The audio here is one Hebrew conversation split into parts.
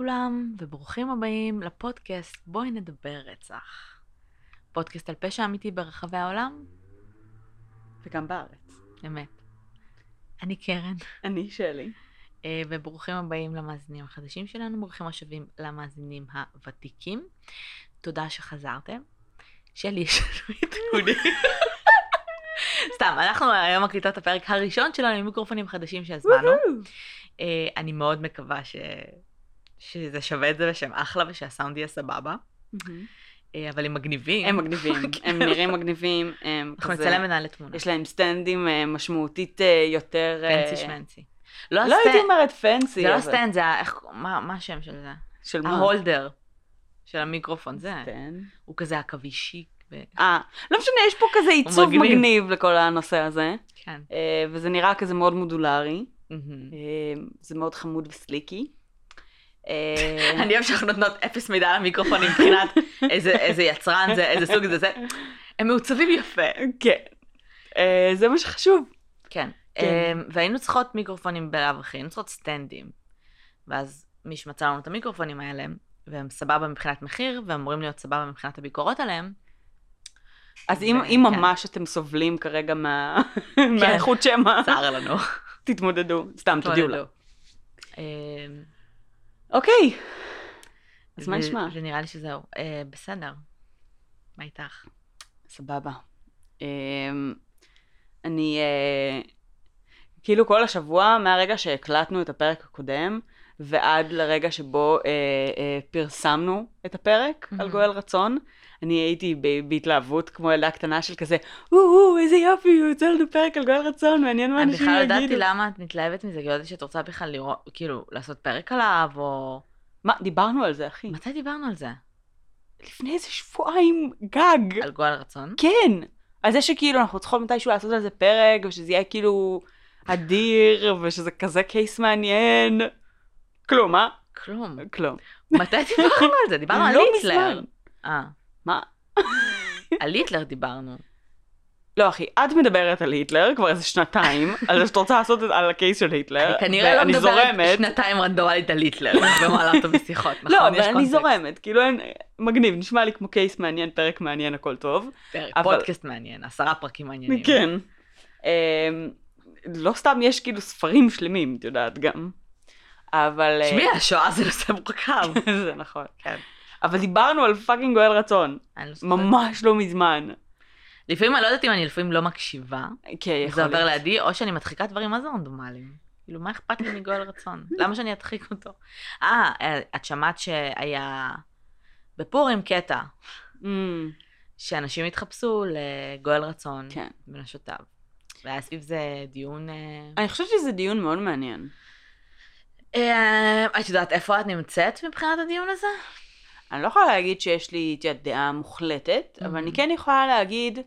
לכולם, וברוכים הבאים לפודקאסט בואי נדבר רצח. פודקאסט על פשע אמיתי ברחבי העולם. וגם בארץ. אמת. אני קרן. אני שלי. וברוכים הבאים למאזינים החדשים שלנו, ברוכים השבים למאזינים הוותיקים. תודה שחזרתם. שלי, יש לנו עדכונים. סתם, אנחנו היום מקליטות את הפרק הראשון שלנו עם מיקרופונים חדשים שהזמנו. אני מאוד מקווה שזה שווה את זה ושהם אחלה ושהסאונד יהיה סבבה. אבל הם מגניבים. הם מגניבים, הם נראים מגניבים. אנחנו נצלם ונעלה תמונה. יש להם סטנדים משמעותית יותר... פנסי שמנסי. לא הייתי אומרת פנסי. זה לא סטנד, זה... מה השם של זה? של מה? ההולדר של המיקרופון, זה. סטנד. הוא כזה עכבישי. לא משנה, יש פה כזה עיצוב מגניב לכל הנושא הזה. כן. וזה נראה כזה מאוד מודולרי. זה מאוד חמוד וסליקי. אני אוהב שאנחנו נותנות אפס מידע על המיקרופון מבחינת איזה יצרן זה, איזה סוג זה. הם מעוצבים יפה. כן. זה מה שחשוב. כן. והיינו צריכות מיקרופונים בלאו הכי, היינו צריכות סטנדים. ואז מישהו מצא לנו את המיקרופונים האלה, והם סבבה מבחינת מחיר, והם אמורים להיות סבבה מבחינת הביקורות עליהם. אז אם ממש אתם סובלים כרגע מהאיכות שמה, צער לנו. תתמודדו. סתם, תודיעו לה. תתמודדו. אוקיי. אז מה נשמע? ונראה לי שזהו. בסדר. מה איתך? סבבה. אני, כאילו כל השבוע, מהרגע שהקלטנו את הפרק הקודם, ועד לרגע שבו פרסמנו את הפרק על גואל רצון, אני הייתי בהתלהבות כמו ילדה קטנה של כזה, איזה יופי, הוא יוצא לנו פרק על גואל רצון, מעניין מה אנשים יגידו. אני בכלל ידעתי למה את מתלהבת מזה, כי ידעתי שאת רוצה בכלל לראות, כאילו, לעשות פרק עליו, או... מה, דיברנו על זה, אחי? מתי דיברנו על זה? לפני איזה שבועיים גג. על גואל רצון? כן. על זה שכאילו אנחנו צריכות מתישהו לעשות על זה פרק, ושזה יהיה כאילו אדיר, ושזה כזה קייס מעניין. כלום, מה? כלום. כלום. מתי דיברנו על זה? דיברנו על היטלר. מה? על היטלר דיברנו. לא, אחי, את מדברת על היטלר כבר איזה שנתיים, על זה שאת רוצה לעשות על הקייס של היטלר. אני כנראה לא מדברת שנתיים רנדומלית על היטלר, במהלך בשיחות, נכון? לא, אבל אני זורמת, כאילו מגניב, נשמע לי כמו קייס מעניין, פרק מעניין, הכל טוב. פודקאסט מעניין, 10 פרקים מעניינים. כן. לא סתם יש כאילו ספרים שלמים, את יודעת גם. אבל... שמי, השואה זה נושא מורכב. זה נכון, כן. אבל דיברנו על פאקינג גואל רצון. ממש לא מזמן. לפעמים אני לא יודעת אם אני לפעמים לא מקשיבה. כן, יכול להיות. זה עובר לידי, או שאני מדחיקה דברים מה זה רנדומליים. כאילו, מה אכפת לי מגואל רצון? למה שאני אדחיק אותו? את שמעת שהיה בפורים קטע. שאנשים התחפשו לגואל רצון. כן. בנשותיו. והיה סביב זה דיון... אני חושבת שזה דיון מאוד מעניין. את יודעת איפה את נמצאת מבחינת הדיון הזה? אני לא יכולה להגיד שיש לי דעה מוחלטת, אבל אני כן יכולה להגיד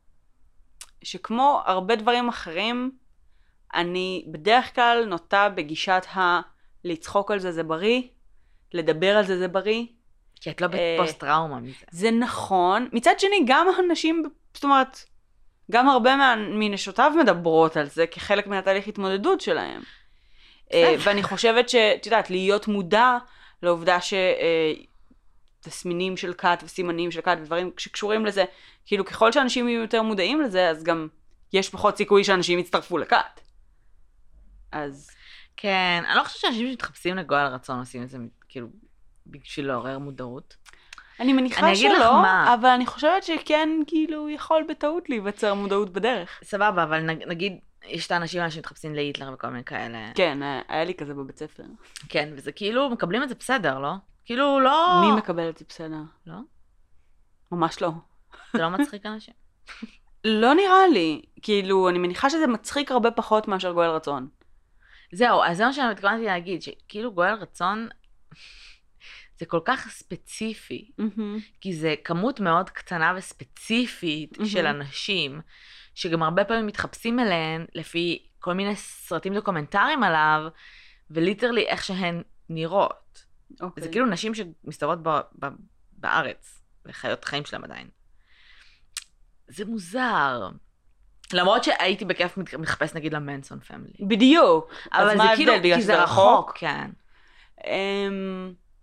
שכמו הרבה דברים אחרים, אני בדרך כלל נוטה בגישת לצחוק על זה זה בריא, לדבר על זה זה בריא. כי את לא בפוסט טראומה מזה. זה נכון. מצד שני, גם הנשים, זאת אומרת, גם הרבה מנשותיו מדברות על זה כחלק מהתהליך התמודדות שלהם. ואני חושבת שאת יודעת, להיות מודע לעובדה תסמינים של כת וסימנים של כת ודברים שקשורים לזה, כאילו ככל שאנשים יהיו יותר מודעים לזה, אז גם יש פחות סיכוי שאנשים יצטרפו לכת. אז... כן, אני לא חושבת שאנשים שמתחפשים לגואל רצון עושים את זה, כאילו, בשביל לעורר מודעות. אני מניחה שלא, אבל אני חושבת שכן, כאילו, יכול בטעות להיווצר מודעות בדרך. סבבה, אבל נגיד, יש את האנשים שמתחפשים להיטלר וכל מיני כאלה. כן, היה לי כזה בבית ספר. כן, וזה כאילו, מקבלים את זה בסדר, לא? כאילו לא... מי מקבל את זה בסדר? לא? ממש לא. זה לא מצחיק אנשים. לא נראה לי. כאילו, אני מניחה שזה מצחיק הרבה פחות מאשר גואל רצון. זהו, אז זה מה שאני מתכוונתי להגיד, שכאילו גואל רצון זה כל כך ספציפי, כי זה כמות מאוד קטנה וספציפית של אנשים, שגם הרבה פעמים מתחפשים אליהן לפי כל מיני סרטים דוקומנטריים עליו, וליטרלי איך שהן נראות. Okay. זה כאילו נשים שמסתובבות בארץ, וחיות חיים שלהם עדיין. זה מוזר. למרות שהייתי בכיף מתחפש נגיד למנסון פמילי. בדיוק. אבל זה כאילו, כי זה רחוק, כן.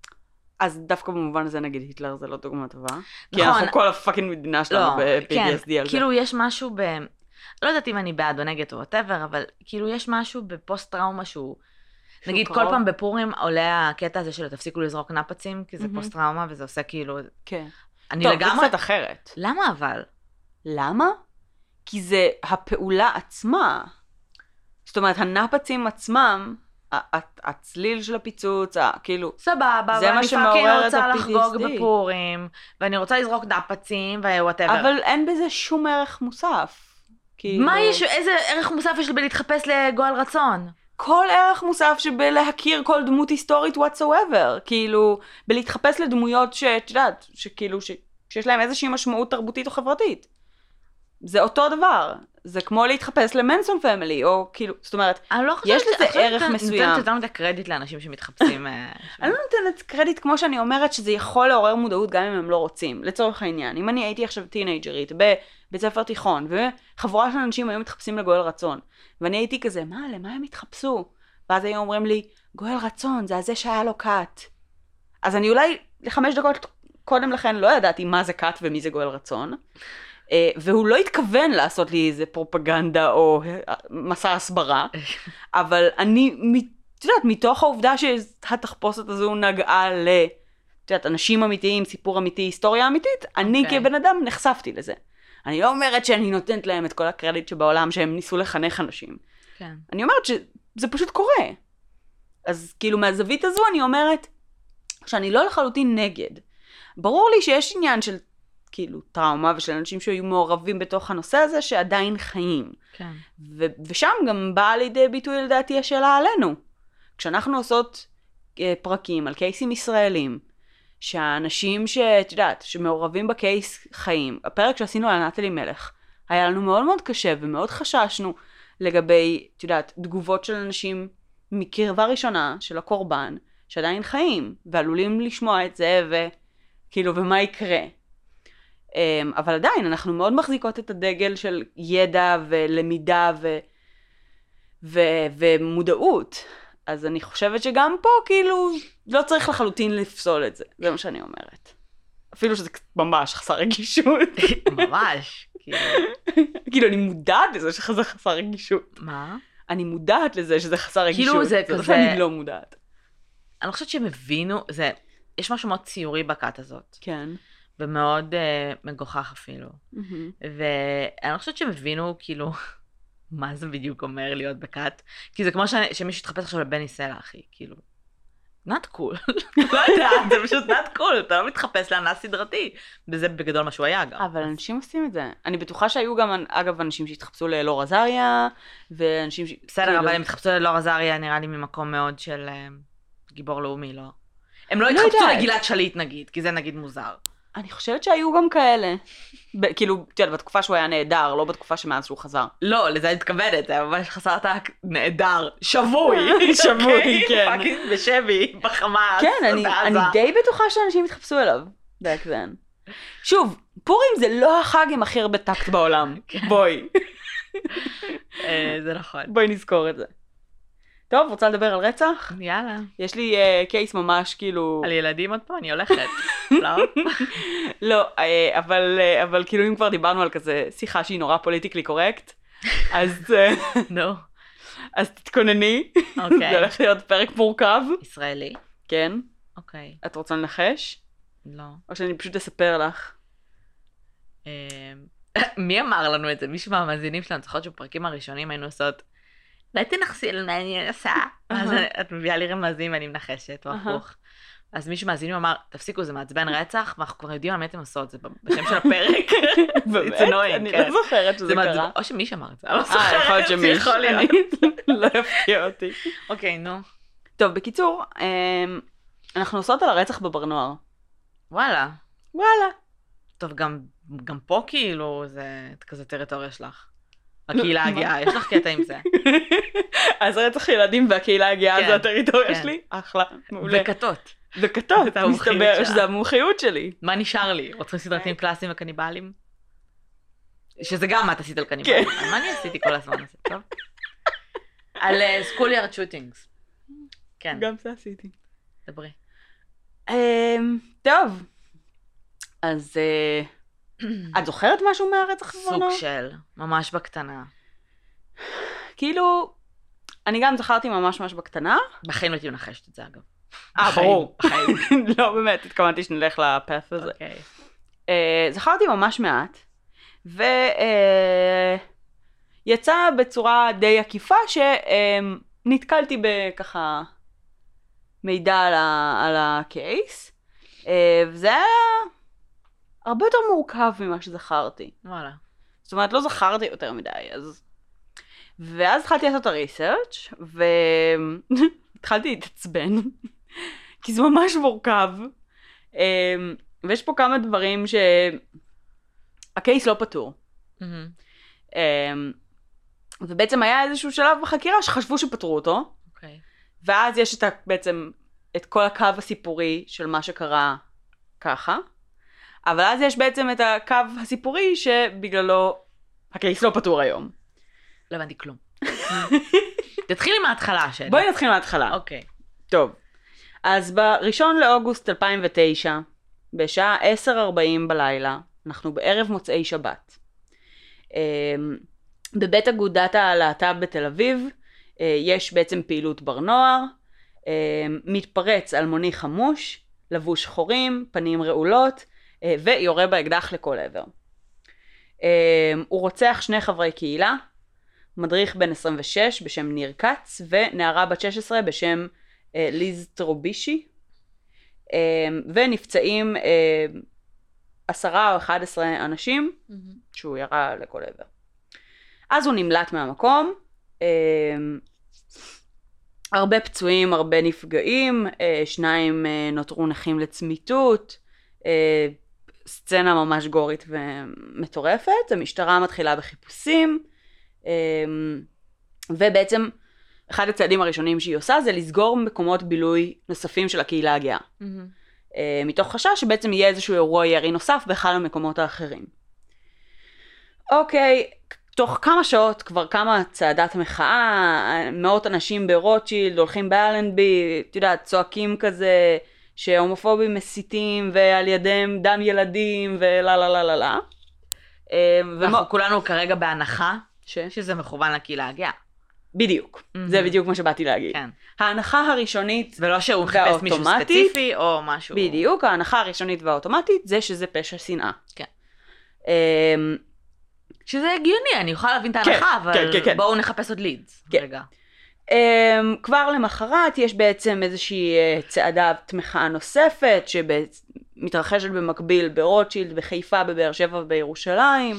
אז דווקא במובן הזה נגיד היטלר זה לא דוגמה טובה. כי אנחנו כל הפאקינג מדינה שלנו ב-PTSD על זה. כאילו יש משהו לא יודעת אם אני בעד או נגד או whatever, אבל כאילו יש משהו בפוסט טראומה שהוא, נגיד כל פעם בפורים עולה הקטע הזה של תפסיקו לזרוק נפצים, כי זה פוסט טראומה וזה עושה כאילו... כן. טוב, זה קצת אחרת. למה אבל? למה? כי זה הפעולה עצמה. זאת אומרת, הנפצים עצמם, הצליל של הפיצוץ, כאילו... סבבה, זה מה שמעורר את ה-PTSD. רוצה לחגוג בפורים, ואני רוצה לזרוק נפצים ו-whatever. אבל אין בזה שום ערך מוסף. מה יש, איזה ערך מוסף יש בלהתחפש לגואל רצון? כל ערך מוסף שבלהכיר כל דמות היסטורית whatsoever, כאילו, בלהתחפש לדמויות שאת יודעת, שכאילו, שיש להם איזושהי משמעות תרבותית או חברתית. זה אותו דבר. זה כמו להתחפש למנסון פמילי, או כאילו, זאת אומרת, יש לזה ערך מסוים. אני נותנת את הקרדיט לאנשים שמתחפשים. אני לא נותנת קרדיט כמו שאני אומרת שזה יכול לעורר מודעות גם אם הם לא רוצים. לצורך העניין, אם אני הייתי עכשיו טינג'רית בבית ספר תיכון, וחבורה של אנשים היו מתחפשים לגואל רצון, ואני הייתי כזה, למה הם התחפשו? ואז היו אומרים לי, גואל רצון, זה הזה שהיה לו קאט. אז אני אולי 5 דקות קודם לכן לא ידעתי מה זה קאט ומי זה גואל רצון. והוא לא התכוון לעשות לי איזה פרופגנדה או מסע הסברה, אבל אני, את יודעת, מתוך העובדה שהתחפושת הזו נגעה את יודעת, אנשים אמיתיים, סיפור אמיתי, היסטוריה אמיתית, אני כבן אדם נחשפתי לזה. אני לא אומרת שאני נותנת להם את כל הקרדיט שבעולם שהם ניסו לחנך אנשים. אני אומרת שזה פשוט קורה. אז כאילו מהזווית הזו אני אומרת שאני לא לחלוטין נגד. ברור לי שיש עניין של כאילו טראומה ושל אנשים שהיו מעורבים בתוך הנושא הזה שעדיין חיים. כן. ושם גם באה לידי ביטוי לדעתי השאלה עלינו. כשאנחנו עושות פרקים על קייסים ישראלים, שהאנשים שאת יודעת, שמעורבים בקייס חיים, הפרק שעשינו על נטלי מלך, היה לנו מאוד מאוד קשה ומאוד חששנו לגבי, את יודעת, תגובות של אנשים מקרבה ראשונה של הקורבן, שעדיין חיים, ועלולים לשמוע את זה וכאילו, ומה יקרה. אבל עדיין אנחנו מאוד מחזיקות את הדגל של ידע ולמידה ומודעות. אז אני חושבת שגם פה כאילו לא צריך לחלוטין לפסול את זה. זה מה שאני אומרת. אפילו שזה ממש חסר רגישות. ממש. כאילו אני מודעת לזה שזה חסר רגישות. מה? אני מודעת לזה שזה חסר רגישות. כאילו זה כזה... אני לא מודעת. אני חושבת שהם הבינו, יש משהו מאוד ציורי בקט הזאת. כן. ומאוד מגוחך אפילו. ואני לא חושבת שהם הבינו כאילו מה זה בדיוק אומר להיות בקאט. כי זה כמו שמישהו יתחפש עכשיו לבני סלע, אחי, כאילו. not cool. לא יודעת, זה פשוט not cool. אתה לא מתחפש לאנס סדרתי. וזה בגדול מה שהוא היה גם. אבל אנשים עושים את זה. אני בטוחה שהיו גם, אגב, אנשים שהתחפשו לאלאור עזריה, ואנשים בסדר, אבל הם התחפשו לאלאור עזריה, נראה לי ממקום מאוד של גיבור לאומי, לא? הם לא התחפשו לגלעד שליט, נגיד, כי זה נגיד מוזר. אני חושבת שהיו גם כאלה. כאילו, תראה, בתקופה שהוא היה נהדר, לא בתקופה שמאז שהוא חזר. לא, לזה התכוונת, זה ממש חסרת נהדר, שבוי. שבוי, כן. פאקינג בשבי, בחמאס. כן, אני די בטוחה שאנשים התחפשו אליו. back then. שוב, פורים זה לא החג עם הכי הרבה טקט בעולם. בואי. זה נכון. בואי נזכור את זה. טוב, רוצה לדבר על רצח? יאללה. יש לי קייס ממש כאילו... על ילדים עוד פה? אני הולכת. לא? לא, אבל כאילו אם כבר דיברנו על כזה שיחה שהיא נורא פוליטיקלי קורקט, אז... נו. אז תתכונני. אוקיי. זה הולך להיות פרק מורכב. ישראלי? כן. אוקיי. את רוצה לנחש? לא. או שאני פשוט אספר לך? מי אמר לנו את זה? מישהו מהמאזינים שלנו, צריכות שבפרקים הראשונים היינו עושות... תנחסי על מה אני עושה. אז את מביאה לי רמזים ואני מנחשת, או הפוך. אז מישהו מהזינים אמר, תפסיקו, זה מעצבן רצח, ואנחנו כבר יודעים על מה אתם עושות, זה בשם של הפרק. באמת? אני לא זוכרת שזה קרה. או שמי שמר את זה, אני לא זוכרת. יכול להיות שמי. יכול להיות. לא יפתיע אותי. אוקיי, נו. טוב, בקיצור, אנחנו עושות על הרצח בבר נוער. וואלה. וואלה. טוב, גם פה כאילו, זה כזה טריטוריה שלך. הקהילה הגאה, יש לך קטע עם זה. אז רצח ילדים והקהילה הגאה זה הטריטוריה שלי? אחלה, מעולה. וכתות. וכתות, מסתבר שזה המומחיות שלי. מה נשאר לי? רוצים סדרתיים קלאסיים וקניבלים? שזה גם מה את עשית על קניבלים. מה אני עשיתי כל הזמן הזה, טוב? על schoolyard shootings. כן. גם זה עשיתי. דברי. טוב, אז את זוכרת משהו מהרצח בברנוע? סוג של, ממש בקטנה. כאילו, אני גם זכרתי ממש בקטנה. בחיים לא הייתי מנחשת את זה, אגב. ברור. לא, באמת, התכוונתי שנלך לפאת' הזה. אוקיי. זכרתי ממש מעט, ויצא בצורה די עקיפה שנתקלתי בככה מידע על הקייס, וזה היה הרבה יותר מורכב ממה שזכרתי. וואלה. זאת אומרת, לא זכרתי יותר מדי, אז... ואז התחלתי לעשות את הריסרצ' והתחלתי להתעצבן, כי זה ממש מורכב. ויש פה כמה דברים שהקייס לא פתור. ובעצם היה איזשהו שלב בחקירה שחשבו שפתרו אותו. אוקיי. ואז יש בעצם את כל הקו הסיפורי של מה שקרה ככה. אבל אז יש בעצם את הקו הסיפורי שבגללו הקייס לא פתור היום. לא הבנתי כלום. תתחילי מההתחלה שלי. בואי נתחיל מההתחלה. אוקיי. טוב. אז ב1 לאוגוסט 2009, בשעה 10:40 בלילה, אנחנו בערב מוצאי שבת. בבית אגודת הלהט"ב בתל אביב, יש בעצם פעילות בר נוער, מתפרץ אלמוני חמוש, לבוש שחורים, פנים רעולות, ויורה באקדח לכל עבר. הוא רוצח 2 חברי קהילה, מדריך בן 26 בשם ניר קץ, ונערה בת 16 בשם ליז טרובישי, ונפצעים 10 או 11 אנשים שהוא ירה לכל עבר. אז הוא נמלט מהמקום, הרבה פצועים, הרבה נפגעים, 2 נותרו נכים לצמיתות, סצנה ממש גורית ומטורפת. המשטרה מתחילה בחיפושים, ובעצם אחד הצעדים הראשונים שהיא עושה זה לסגור מקומות בילוי נוספים של הקהילה הגאה. מתוך חשש שבעצם יהיה איזשהו אירוע ירי נוסף באחד המקומות האחרים. אוקיי, תוך כמה שעות כבר קמה צעדת מחאה, מאות אנשים ברוטשילד הולכים באלנבי, את יודעת, צועקים כזה שהומופובים מסיתים ועל ידם דם ילדים ולה לה לה לה לה. ואנחנו כולנו כרגע בהנחה שזה מכוון לקהילה הגאה. בדיוק, זה בדיוק מה שבאתי להגיד. כן. ההנחה הראשונית ולא שהוא מחפש מישהו ספציפי או משהו. בדיוק, ההנחה הראשונית והאוטומטית זה שזה פשע שנאה. כן. שזה הגיוני, אני יכולה להבין את ההנחה, אבל בואו נחפש עוד לידס. רגע. כבר למחרת יש בעצם איזושהי צעדת מחאה נוספת שמתרחשת במקביל ברוטשילד, בחיפה, בבאר שבע ובירושלים.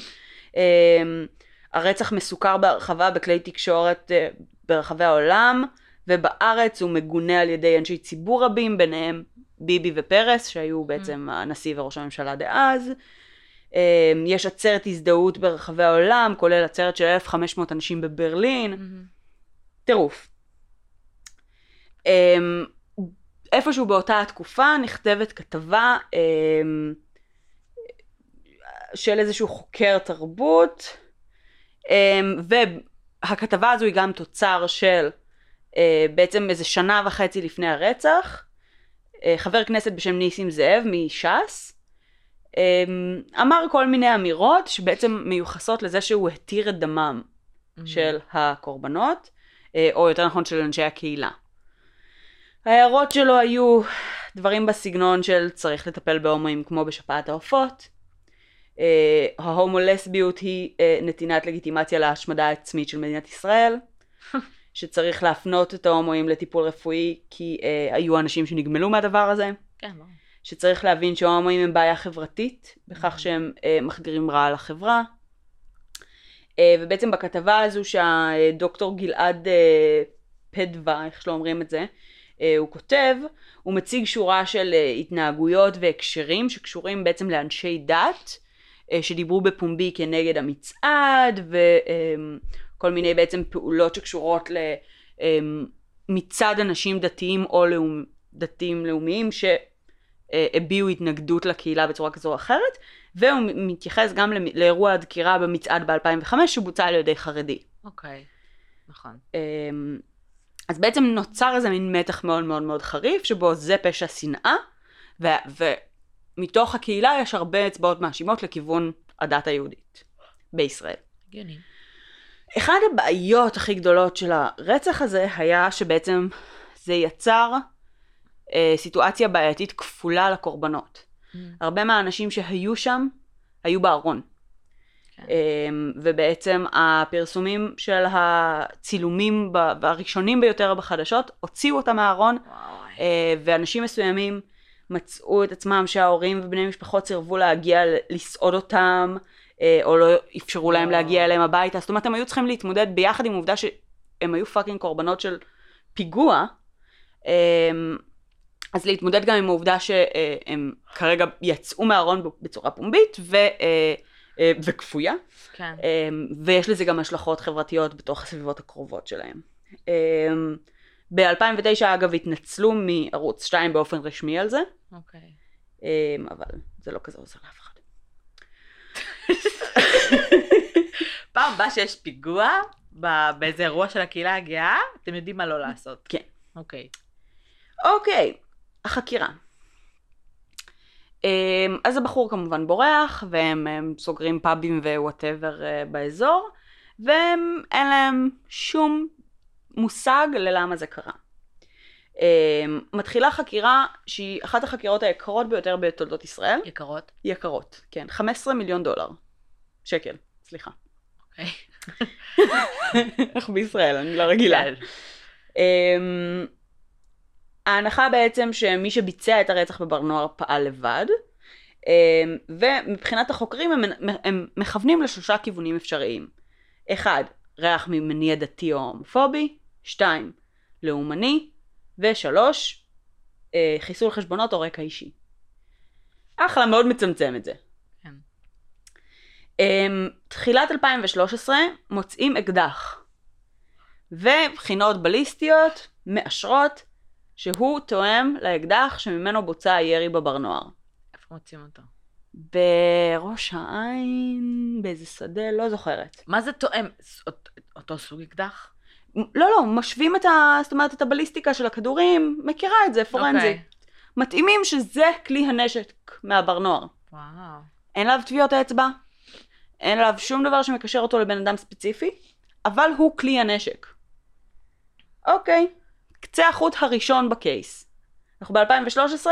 הרצח מסוכר בהרחבה בכלי תקשורת ברחבי העולם, ובארץ הוא מגונה על ידי אנשי ציבור רבים, ביניהם ביבי ופרס, שהיו בעצם הנשיא וראש הממשלה דאז. יש עצרת הזדהות ברחבי העולם, כולל עצרת של 1,500 אנשים בברלין. טירוף. איפשהו באותה התקופה נכתבת כתבה של איזשהו חוקר תרבות, והכתבה הזו היא גם תוצר של בעצם איזה 1.5 שנה לפני הרצח. חבר כנסת בשם ניסים זאב מש"ס אמר כל מיני אמירות שבעצם מיוחסות לזה שהוא התיר את דמם של הקורבנות, או יותר נכון של אנשי הקהילה. ההערות שלו היו דברים בסגנון של צריך לטפל בהומואים כמו בשפעת העופות, ההומולסביות היא נתינת לגיטימציה להשמדה עצמית של מדינת ישראל, שצריך להפנות את ההומואים לטיפול רפואי כי היו אנשים שנגמלו מהדבר הזה, כן, לא. שצריך להבין שההומואים הם בעיה חברתית בכך שהם מחדירים רע לחברה. ובעצם בכתבה הזו שהדוקטור גלעד פדווה, איך שלא אומרים את זה, הוא כותב, הוא מציג שורה של התנהגויות והקשרים שקשורים בעצם לאנשי דת, שדיברו בפומבי כנגד המצעד, וכל מיני בעצם פעולות שקשורות מצד אנשים דתיים או דתיים לאומיים שהביעו התנגדות לקהילה בצורה כזו או אחרת, והוא מתייחס גם לאירוע הדקירה במצעד ב-2005 שבוצע על ידי חרדי. אוקיי, נכון. אז בעצם נוצר איזה מין מתח מאוד מאוד מאוד חריף, שבו זה פשע שנאה, ומתוך הקהילה יש הרבה אצבעות מאשימות לכיוון הדת היהודית בישראל. הגיוני. אחד הבעיות הכי גדולות של הרצח הזה היה שבעצם זה יצר סיטואציה בעייתית כפולה לקורבנות. הרבה מהאנשים שהיו שם היו בארון. ובעצם הפרסומים של הצילומים הראשונים ביותר בחדשות הוציאו אותם מהארון, ואנשים מסוימים מצאו את עצמם שההורים ובני משפחות סירבו להגיע לסעוד אותם, או לא אפשרו להם להגיע אליהם הביתה. זאת אומרת, הם היו צריכים להתמודד ביחד עם העובדה שהם היו פאקינג קורבנות של פיגוע, אז להתמודד גם עם העובדה שהם כרגע יצאו מהארון בצורה פומבית וכפויה, כן. ויש לזה גם השלכות חברתיות בתוך הסביבות הקרובות שלהם. ב-2009 אגב התנצלו מערוץ 2 באופן רשמי על זה, אוקיי. אבל זה לא כזה עוזר לאף אחד. פעם הבאה שיש פיגוע באיזה אירוע של הקהילה הגאה, אתם יודעים מה לא לעשות. כן. אוקיי. אוקיי, החקירה. אז הבחור כמובן בורח, והם סוגרים פאבים ווואטאבר באזור, ואין להם שום מושג ללמה זה קרה. מתחילה חקירה שהיא אחת החקירות היקרות ביותר בתולדות ישראל. יקרות? יקרות, כן. $15 מיליון. שקל, סליחה. אוקיי. איך בישראל, אני לא רגילה. ההנחה בעצם שמי שביצע את הרצח בבר נוער פעל לבד, ומבחינת החוקרים הם מכוונים לשלושה כיוונים אפשריים. 1, ריח ממניע דתי או הומופובי, 2, לאומני, ו3, חיסול חשבונות או רקע אישי. אחלה, מאוד מצמצם את זה. כן. תחילת 2013 מוצאים אקדח, ובחינות בליסטיות מאשרות שהוא תואם לאקדח שממנו בוצע הירי בבר נוער. איפה מוצאים אותו? בראש העין, באיזה שדה, לא זוכרת. מה זה תואם? אותו סוג אקדח? לא, משווים זאת אומרת, את הבליסטיקה של הכדורים, מכירה את זה, פורנזי. מתאימים שזה כלי הנשק מהבר נוער. וואו. אין עליו טביעות האצבע, אין עליו שום דבר שמקשר אותו לבן אדם ספציפי, אבל הוא כלי הנשק. אוקיי. קצה החוט הראשון בקייס. אנחנו ב-2013,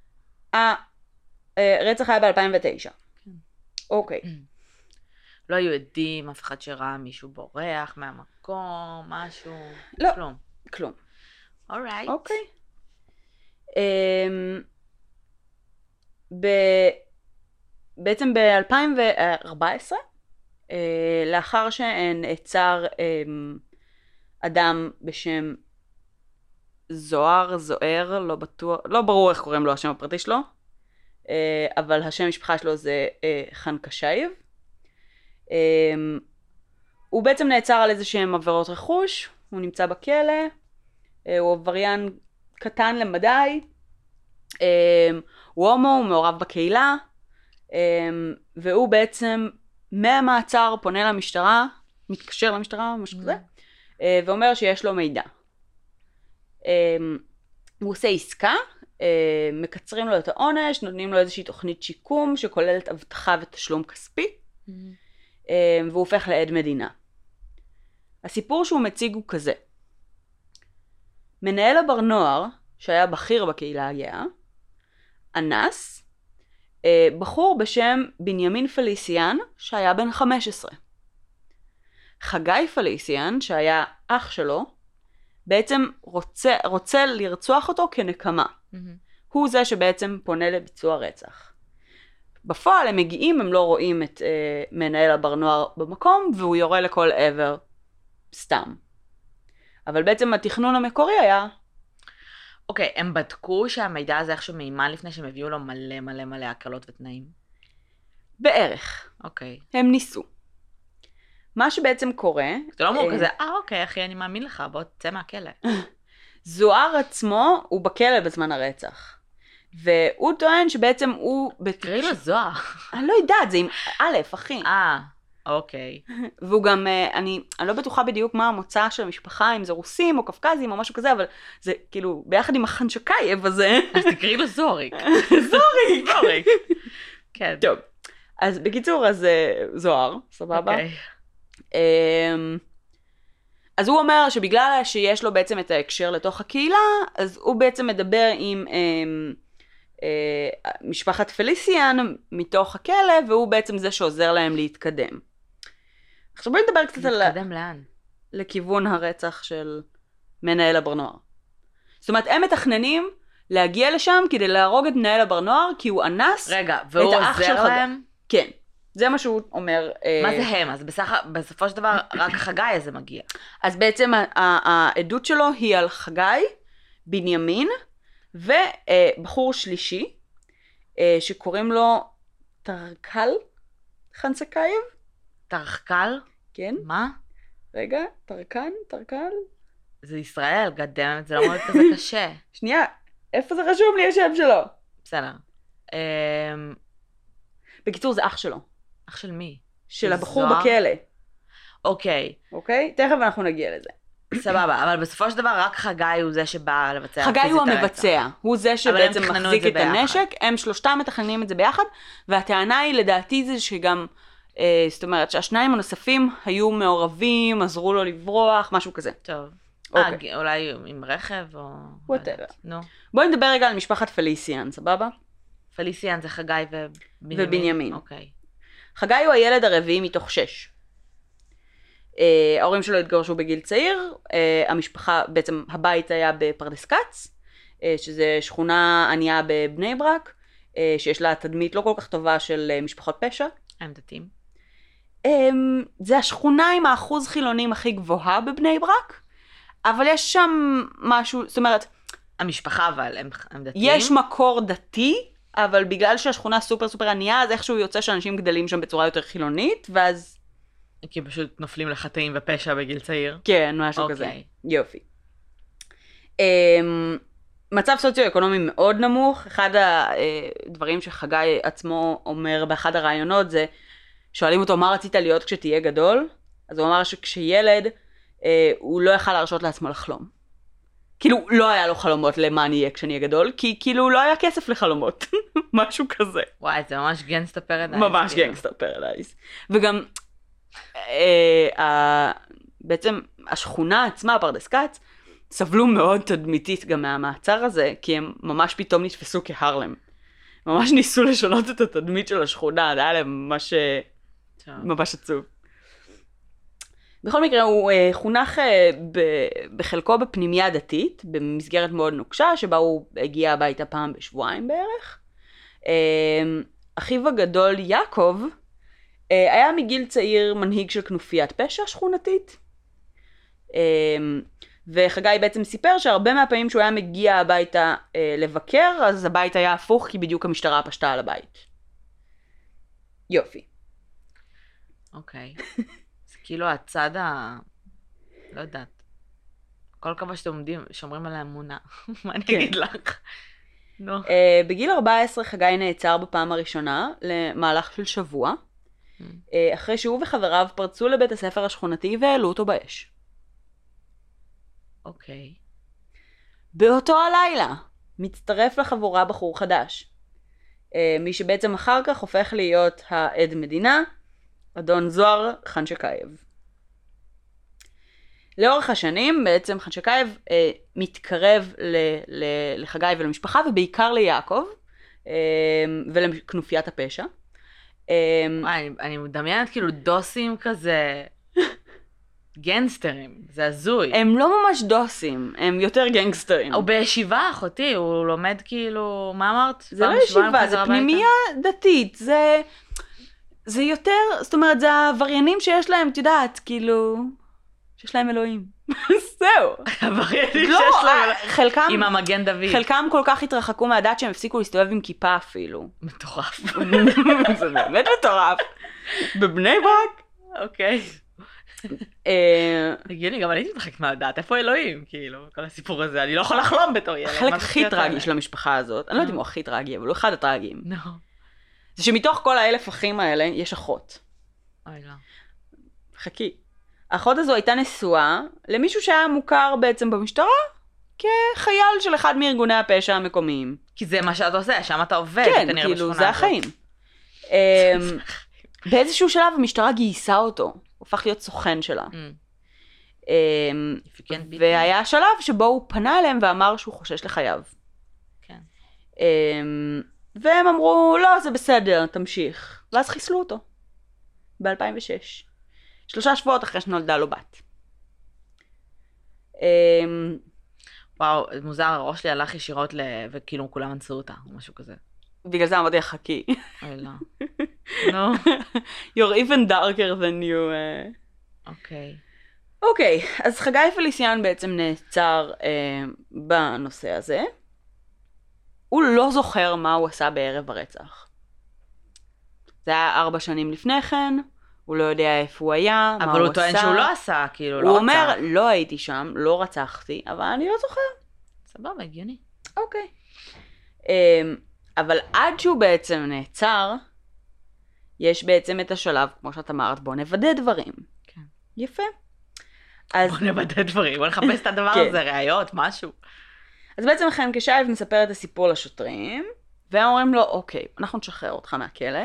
הרצח היה ב-2009. אוקיי. לא היו עדים, אף אחד שראה מישהו בורח מהמקום, משהו? לא. כלום. כלום. אורייט. אוקיי. בעצם ב-2014, לאחר שנעצר אדם בשם זוהר, לא בטוח, לא ברור איך קוראים לו השם הפרטי שלו, אבל השם המשפחה שלו זה חנקשייב. הוא בעצם נעצר על איזה שהם עבירות רכוש, הוא נמצא בכלא, הוא עבריין קטן למדי, הוא הומו, הוא מעורב בקהילה, והוא בעצם מהמעצר פונה למשטרה, מתקשר למשטרה, משהו כזה, ואומר שיש לו מידע. הוא עושה עסקה, מקצרים לו את העונש, נותנים לו איזושהי תוכנית שיקום שכוללת הבטחה ותשלום כספי, והוא הופך לעד מדינה. הסיפור שהוא מציג הוא כזה. מנהל הבר נוער, שהיה בכיר בקהילה הגאה, אנס בחור בשם בנימין פליסיאן, שהיה בן 15. חגי פליסיאן, שהיה אח שלו, בעצם רוצה לרצוח אותו כנקמה. הוא זה שבעצם פונה לביצוע רצח. בפועל הם מגיעים, הם לא רואים את מנהל הבר נוער במקום, והוא יורה לכל עבר סתם. אבל בעצם התכנון המקורי היה... אוקיי, הם בדקו שהמידע הזה איכשהו מימן לפני שהם הביאו לו מלא מלא מלא הקלות ותנאים? בערך. אוקיי. הם ניסו. מה שבעצם קורה... זה לא אמור כזה, אוקיי אחי, אני מאמין לך, בוא תצא מהכלא. זוהר עצמו הוא בכלא בזמן הרצח. והוא טוען שבעצם הוא... תקראי לו זוהר. אני לא יודעת, זה עם א', אחי. אוקיי. והוא גם, אני לא בטוחה בדיוק מה המוצא של המשפחה, אם זה רוסים או קפקזים או משהו כזה, אבל זה כאילו ביחד עם החנצ'קייב הזה. אז תקראי לו זוריק. זוריק. כן. טוב, אז בקיצור, אז זוהר, סבבה? אוקיי. אז הוא אומר שבגלל שיש לו בעצם את ההקשר לתוך הקהילה, אז הוא בעצם מדבר עם משפחת פליסיאן מתוך הכלא, והוא בעצם זה שעוזר להם להתקדם. עכשיו בואי נדבר קצת על... להתקדם לאן? לכיוון הרצח של מנהל הבר נוער. זאת אומרת, הם מתכננים להגיע לשם כדי להרוג את מנהל הבר נוער, כי הוא אנס רגע, והוא עוזר להם? כן, זה מה שהוא אומר. מה זה הם? אז בסופו של דבר רק חגי הזה מגיע. אז בעצם העדות שלו היא על חגי, בנימין, ובחור שלישי, שקוראים לו טרקל חנצ'קייב. טרקל? כן. מה? רגע, טרקל? זה ישראל, גדם, זה לא מאוד כזה קשה. שנייה, איפה זה רשום לי השם שלו? בסדר. בקיצור, זה אח שלו. אח של מי? של הבחור בכלא. אוקיי. אוקיי? תכף אנחנו נגיע לזה. סבבה, אבל בסופו של דבר רק חגי הוא זה שבא לבצע פיזית חגי הוא המבצע, הוא זה שבעצם מחזיק את הנשק, הם שלושתם מתכננים את זה ביחד, והטענה היא לדעתי זה שגם, זאת אומרת שהשניים הנוספים היו מעורבים, עזרו לו לברוח, משהו כזה. טוב. אוקיי. אולי עם רכב או... whatever. נו. בואי נדבר רגע על משפחת פליסיאן, סבבה? פליסיאן זה חגי ובנימין. אוקיי. חגי הוא הילד הרביעי מתוך 6. ההורים שלו התגרשו בגיל צעיר, המשפחה, בעצם הבית היה בפרדס כץ, שזה שכונה ענייה בבני ברק, שיש לה תדמית לא כל כך טובה של משפחות פשע. הם דתיים? זה השכונה עם האחוז חילונים הכי גבוהה בבני ברק, אבל יש שם משהו, זאת אומרת... המשפחה אבל, הם דתיים? יש מקור דתי, אבל בגלל שהשכונה סופר סופר ענייה, אז איכשהו יוצא שאנשים גדלים שם בצורה יותר חילונית, ואז... כי פשוט נופלים לחטאים ופשע בגיל צעיר? כן, משהו כזה. יופי. מצב סוציו-אקונומי מאוד נמוך. אחד הדברים שחגי עצמו אומר באחד הרעיונות זה, שואלים אותו מה רצית להיות כשתהיה גדול? אז הוא אמר שכשילד הוא לא יכל להרשות לעצמו לחלום. כאילו לא היה לו חלומות למה אני אהיה כשאני אהיה גדול, כי כאילו לא היה כסף לחלומות. משהו כזה. וואי, זה ממש גנגסטר פרדייס. ממש גנגסטר פרדייס. וגם בעצם השכונה עצמה, פרדס כץ, סבלו מאוד תדמיתית גם מהמעצר הזה, כי הם ממש פתאום נתפסו כהרלם. ממש ניסו לשנות את התדמית של השכונה, זה היה להם ממש עצוב. בכל מקרה, הוא חונך בחלקו בפנימיה דתית, במסגרת מאוד נוקשה, שבה הוא הגיע הביתה פעם בשבועיים בערך. אחיו הגדול יעקב, היה מגיל צעיר מנהיג של כנופיית פשע שכונתית, וחגי בעצם סיפר שהרבה מהפעמים שהוא היה מגיע הביתה לבקר, אז הבית היה הפוך כי בדיוק המשטרה פשטה על הבית. יופי. אוקיי. זה כאילו הצד לא יודעת. כל כמה שאתם עומדים, שומרים על האמונה. מה אני אגיד לך? נו. בגיל 14 חגי נעצר בפעם הראשונה למהלך של שבוע, אחרי שהוא וחבריו פרצו לבית הספר השכונתי והעלו אותו באש. אוקיי. באותו הלילה מצטרף לחבורה בחור חדש. מי שבעצם אחר כך הופך להיות העד מדינה, אדון זוהר חנצ'קייב. לאורך השנים בעצם חנצ'קייב מתקרב לחגי ולמשפחה, ובעיקר ליעקב ולכנופיית הפשע. אני מדמיינת כאילו דוסים כזה, גנגסטרים, זה הזוי. הם לא ממש דוסים, הם יותר גנגסטרים. הוא בישיבה, אחותי, הוא לומד כאילו, מה אמרת? זה לא ישיבה, זה פנימייה דתית, זה יותר, זאת אומרת, זה העבריינים שיש להם, את יודעת, כאילו, שיש להם אלוהים. זהו. העבריינים שיש להם, חלקם, עם המגן דוד. חלקם כל כך התרחקו מהדת שהם הפסיקו להסתובב עם כיפה אפילו. מטורף. זה באמת מטורף. בבני ברק. אוקיי. הגיוני, גם אני מתרחקת מהדת, איפה אלוהים? כאילו, כל הסיפור הזה, אני לא יכול לחלום בתור ילד. החלק הכי טרגי של המשפחה הזאת, אני לא יודעת אם הוא הכי טרגי, אבל הוא אחד הטרגיים. נו. זה שמתוך כל 1,000 אחים האלה, יש אחות. אוי לא. חכי. האחות הזו הייתה נשואה למישהו שהיה מוכר בעצם במשטרה כחייל של אחד מארגוני הפשע המקומיים. כי זה מה שאתה עושה, שם אתה עובד. כן, כאילו זה החיים. באיזשהו שלב המשטרה גייסה אותו, הוא הפך להיות סוכן שלה. והיה השלב שבו הוא פנה אליהם ואמר שהוא חושש לחייו. כן. והם אמרו, לא, זה בסדר, תמשיך. ואז חיסלו אותו. ב-2006. 3 שבועות אחרי שנולדה לו בת. וואו, מוזר, הראש לי הלך ישירות וכאילו כולם אנסו אותה, או משהו כזה. בגלל זה אמרתי, חכי. אוי לא. נו. You're even darker than you. אוקיי. אוקיי, אז חגי פליסיאן בעצם נעצר בנושא הזה. הוא לא זוכר מה הוא עשה בערב הרצח. זה היה 4 שנים לפני כן, הוא לא יודע איפה הוא היה, מה הוא עשה. אבל הוא טוען שהוא לא עשה, כאילו, לא הוא רצח. אומר, לא הייתי שם, לא רצחתי, אבל אני לא זוכר. סבבה, הגיוני. אוקיי. אבל עד שהוא בעצם נעצר, יש בעצם את השלב, כמו שאת אמרת, בוא נוודא דברים. כן. יפה. בוא נוודא דברים, בוא נחפש את הדבר הזה, ראיות, משהו. אז בעצם חנקשייב מספר את הסיפור לשוטרים, והם אומרים לו, אוקיי, אנחנו נשחרר אותך מהכלא,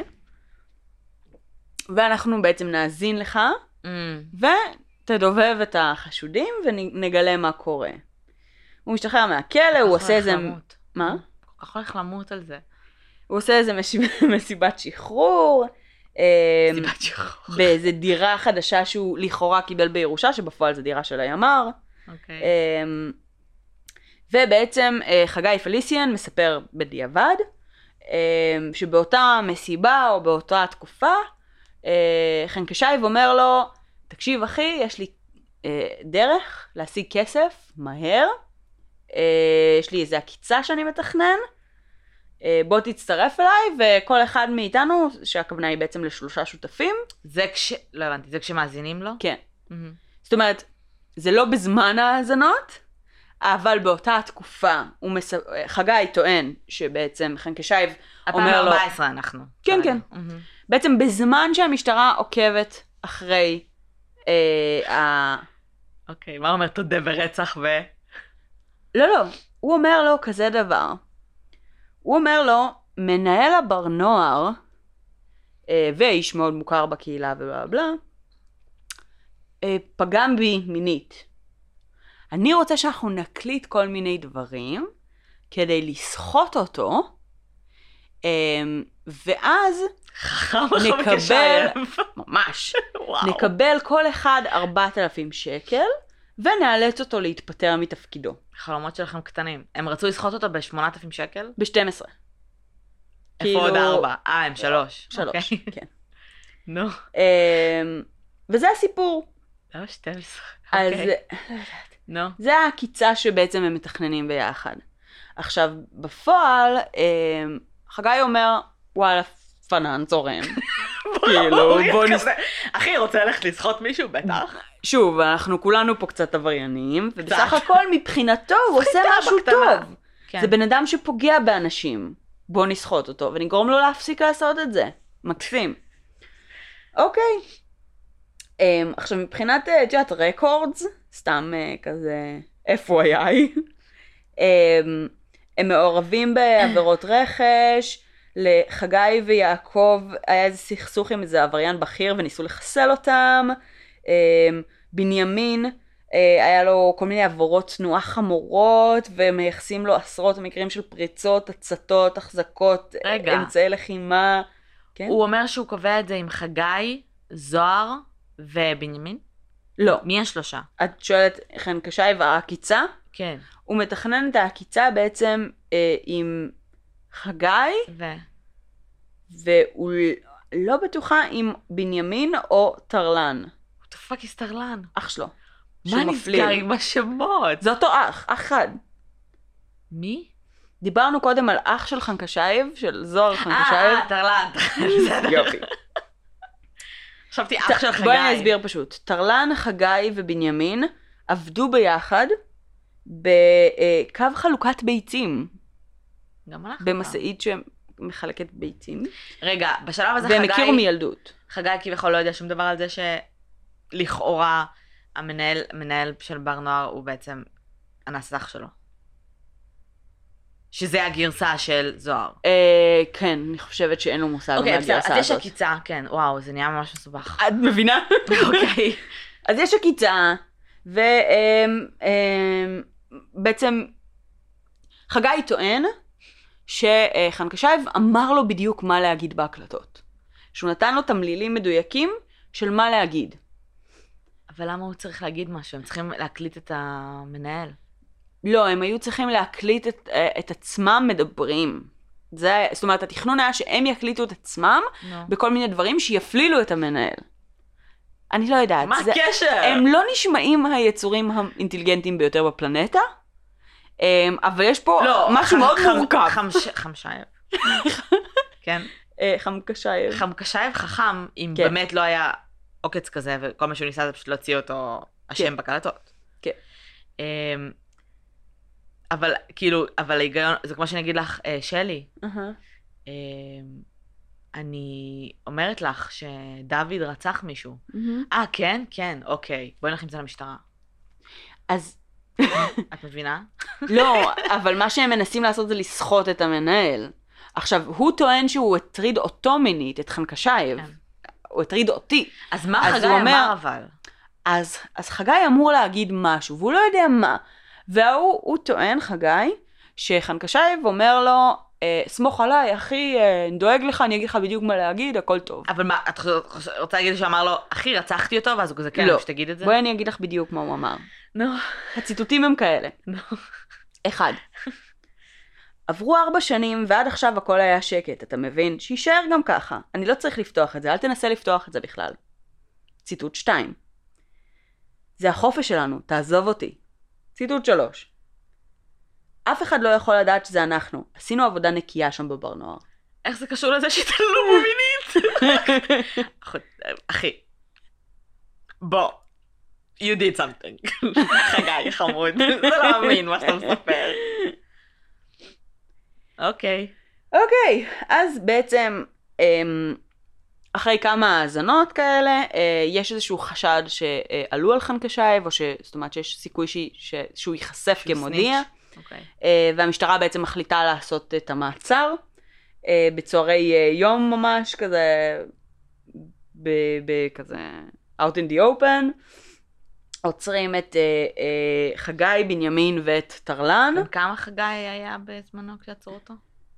ואנחנו בעצם נאזין לך, ותדובב את החשודים, ונגלה מה קורה. הוא משתחרר מהכלא, הוא עושה איזה... מה? כל כך הולך למות על זה. הוא עושה איזה מסיבת שחרור, באיזה דירה חדשה שהוא לכאורה קיבל בירושה, שבפועל זה דירה של הימ"ר. אוקיי. ובעצם חגי פליסיאן מספר בדיעבד, שבאותה מסיבה או באותה תקופה, חנקשייב אומר לו, תקשיב אחי, יש לי דרך להשיג כסף מהר, יש לי איזו עקיצה שאני מתכנן, בוא תצטרף אליי, וכל אחד מאיתנו, שהכוונה היא בעצם ל3 שותפים. זה לא הבנתי, זה כשמאזינים לו? כן. זאת אומרת, זה לא בזמן ההאזנות, אבל באותה התקופה, חגי טוען שבעצם חנקשייב אומר לו... 2014 אנחנו. כן, כן. בעצם בזמן שהמשטרה עוקבת אחרי אוקיי, מה אומר תודה ברצח ו... לא, הוא אומר לו כזה דבר. הוא אומר לו, מנהל הבר נוער, ואיש מאוד מוכר בקהילה ובלה בלה, פגם בי מינית. אני רוצה שאנחנו נקליט כל מיני דברים, כדי לסחוט אותו, ואז נקבל, ממש, נקבל כל אחד 4,000 שקל, ונאלץ אותו להתפטר מתפקידו. חלומות שלכם קטנים. הם רצו לסחוט אותו ב8,000 שקל? ב12. איפה עוד 4? הם 3. 3, כן. נו. וזה הסיפור. למה 12? אז נו. זה העקיצה שבעצם הם מתכננים ביחד. עכשיו, בפועל, חגי אומר, וואלה, פנן זורם. כאילו, בוא אחי, רוצה ללכת לסחוט מישהו? בטח. שוב, אנחנו כולנו פה קצת עבריינים, ובסך הכל מבחינתו הוא עושה משהו טוב. זה בן אדם שפוגע באנשים. בוא נסחוט אותו, ונגרום לו להפסיק לעשות את זה. מקסים. אוקיי. עכשיו, מבחינת ג'אט רקורדס, סתם כזה FYI, הם מעורבים בעבירות רכש, לחגי ויעקב היה איזה סכסוך עם איזה עבריין בכיר וניסו לחסל אותם, בנימין היה לו כל מיני עבורות תנועה חמורות ומייחסים לו עשרות מקרים של פריצות, הצתות, החזקות, אמצעי לחימה. כן? הוא אומר שהוא קובע את זה עם חגי, זוהר ובנימין? לא. מי השלושה? את שואלת חנקשייב העקיצה? כן. הוא מתכנן את העקיצה בעצם עם חגי, והוא לא בטוחה עם בנימין או טרלן. what the fuck is טרלן? אח שלו. מה נסגר עם השמות? זה אותו אח אחד. מי? דיברנו קודם על אח של חנקשייב, של זוהר חנקשייב. טרלן. יופי. חשבתי אח של חגי. בואי אני אסביר פשוט. טרלן, חגי ובנימין עבדו ביחד בקו חלוקת ביצים. גם אנחנו. במסעית שמחלקת ביצים. רגע, בשלב הזה והם הכירו מילדות. חגי כביכול לא יודע שום דבר על זה שלכאורה המנהל של בר נוער הוא בעצם הנסח שלו. שזה הגרסה של זוהר. כן, אני חושבת שאין לו מושג מהגרסה הזאת. אז יש עקיצה, כן, וואו, זה נהיה ממש מסובך. את מבינה? אוקיי. אז יש עקיצה, ובעצם חגי טוען שחנקשייב אמר לו בדיוק מה להגיד בהקלטות. שהוא נתן לו תמלילים מדויקים של מה להגיד. אבל למה הוא צריך להגיד משהו? הם צריכים להקליט את המנהל. לא, הם היו צריכים להקליט את עצמם מדברים. זאת אומרת, התכנון היה שהם יקליטו את עצמם בכל מיני דברים שיפלילו את המנהל. אני לא יודעת. מה הקשר? הם לא נשמעים היצורים האינטליגנטיים ביותר בפלנטה, אבל יש פה משהו מאוד מורכב. חמשייב. כן. חמקשייב. חמקשייב חכם, אם באמת לא היה עוקץ כזה, וכל מה שהוא ניסה זה פשוט להוציא אותו השם בקלטות. כן. אבל כאילו, אבל ההיגיון, זה כמו שאני אגיד לך, שלי, אני אומרת לך שדוד רצח מישהו. כן? כן, אוקיי. בואי נלך עם זה למשטרה. אז... את מבינה? לא, אבל מה שהם מנסים לעשות זה לסחוט את המנהל. עכשיו, הוא טוען שהוא הטריד אותו מינית, את חנקשייב. הוא הטריד אותי. אז מה חגי אמר אבל? אז חגי אמור להגיד משהו, והוא לא יודע מה. והוא טוען, חגי, שחנקשייב אומר לו, סמוך עליי, אחי, דואג לך, אני אגיד לך בדיוק מה להגיד, הכל טוב. אבל מה, את רוצה להגיד שאמר לו, אחי, רצחתי אותו, ואז הוא כזה, כן, שתגיד את זה? בואי אני אגיד לך בדיוק מה הוא אמר. נו. הציטוטים הם כאלה. 1. עברו 4 שנים, ועד עכשיו הכל היה שקט, אתה מבין? שישאר גם ככה. אני לא צריך לפתוח את זה, אל תנסה לפתוח את זה בכלל. ציטוט 2. זה החופש שלנו, תעזוב אותי. ציטוט 3. אף אחד לא יכול לדעת שזה אנחנו. עשינו עבודה נקייה שם בבר נוער. איך זה קשור לזה שהתעללו מינית? אחי. בוא. You did something. חגי, חמוד. זה לא אמין מה שאתה מספר. אוקיי. אז בעצם אחרי כמה האזנות כאלה, יש איזשהו חשד שעלו על חנקשייב, או זאת אומרת שיש סיכוי שהוא ייחשף כמודיע. והמשטרה בעצם מחליטה לעשות את המעצר, בצהרי יום ממש, כזה, בכזה, out in the open, עוצרים את חגי, בנימין ואת טרלן. כמה חגי היה בזמנו כשעצרו אותו?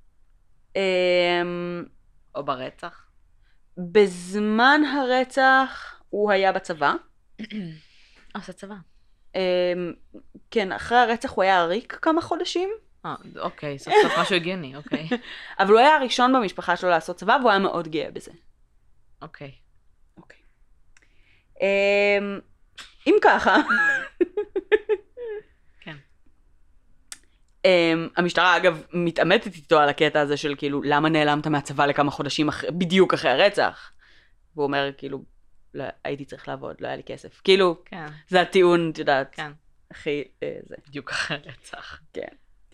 או ברצח? בזמן הרצח הוא היה בצבא. עושה צבא. כן, אחרי הרצח הוא היה עריק כמה חודשים. אוקיי, סוף סוף משהו הגיוני, אוקיי. אבל הוא היה הראשון במשפחה שלו לעשות צבא, והוא היה מאוד גאה בזה. אוקיי. אם ככה. כן. המשטרה אגב מתעמתת איתו על הקטע הזה של כאילו, למה נעלמת מהצבא לכמה חודשים בדיוק אחרי הרצח? והוא אומר כאילו, לא, הייתי צריך לעבוד, לא היה לי כסף. כאילו, כן. זה הטיעון, את יודעת. כן. הכי, זה. בדיוק אחרי רצח. כן.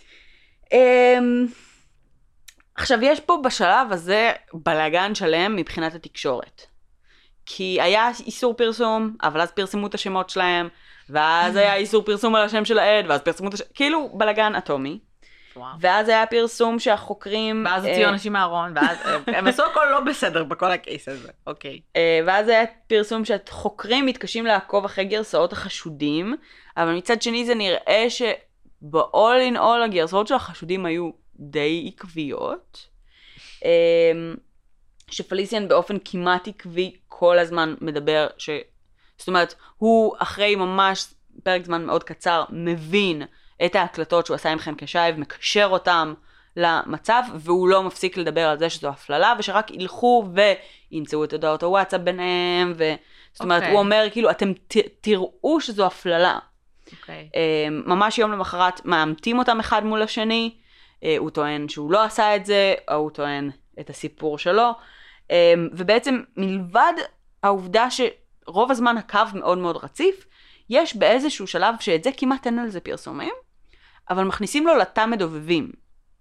עכשיו, יש פה בשלב הזה בלגן שלם מבחינת התקשורת. כי היה איסור פרסום, אבל אז פרסמו את השמות שלהם, ואז היה איסור פרסום על השם של העד, ואז פרסמו את השם, כאילו בלגן אטומי. וואו. ואז היה פרסום שהחוקרים... ואז הוציאו אנשים מהארון, ואז הם עשו הכל לא בסדר בכל הקייס הזה, אוקיי. ואז היה פרסום שהחוקרים מתקשים לעקוב אחרי גרסאות החשודים, אבל מצד שני זה נראה ב-all in all הגרסאות של החשודים היו די עקביות, שפליסיאן באופן כמעט עקבי כל הזמן מדבר, זאת אומרת, הוא אחרי ממש פרק זמן מאוד קצר מבין את ההקלטות שהוא עשה עם חנקשייב, מקשר אותם למצב, והוא לא מפסיק לדבר על זה שזו הפללה, ושרק ילכו וימצאו את הודעות הוואטסאפ ביניהם, זאת אומרת, הוא אומר כאילו, אתם תראו שזו הפללה. ממש יום למחרת מאמתים אותם אחד מול השני, הוא טוען שהוא לא עשה את זה, או הוא טוען את הסיפור שלו, ובעצם מלבד העובדה שרוב הזמן הקו מאוד מאוד רציף, יש באיזשהו שלב שאת זה כמעט אין על זה פרסומים, אבל מכניסים לו לתא מדובבים.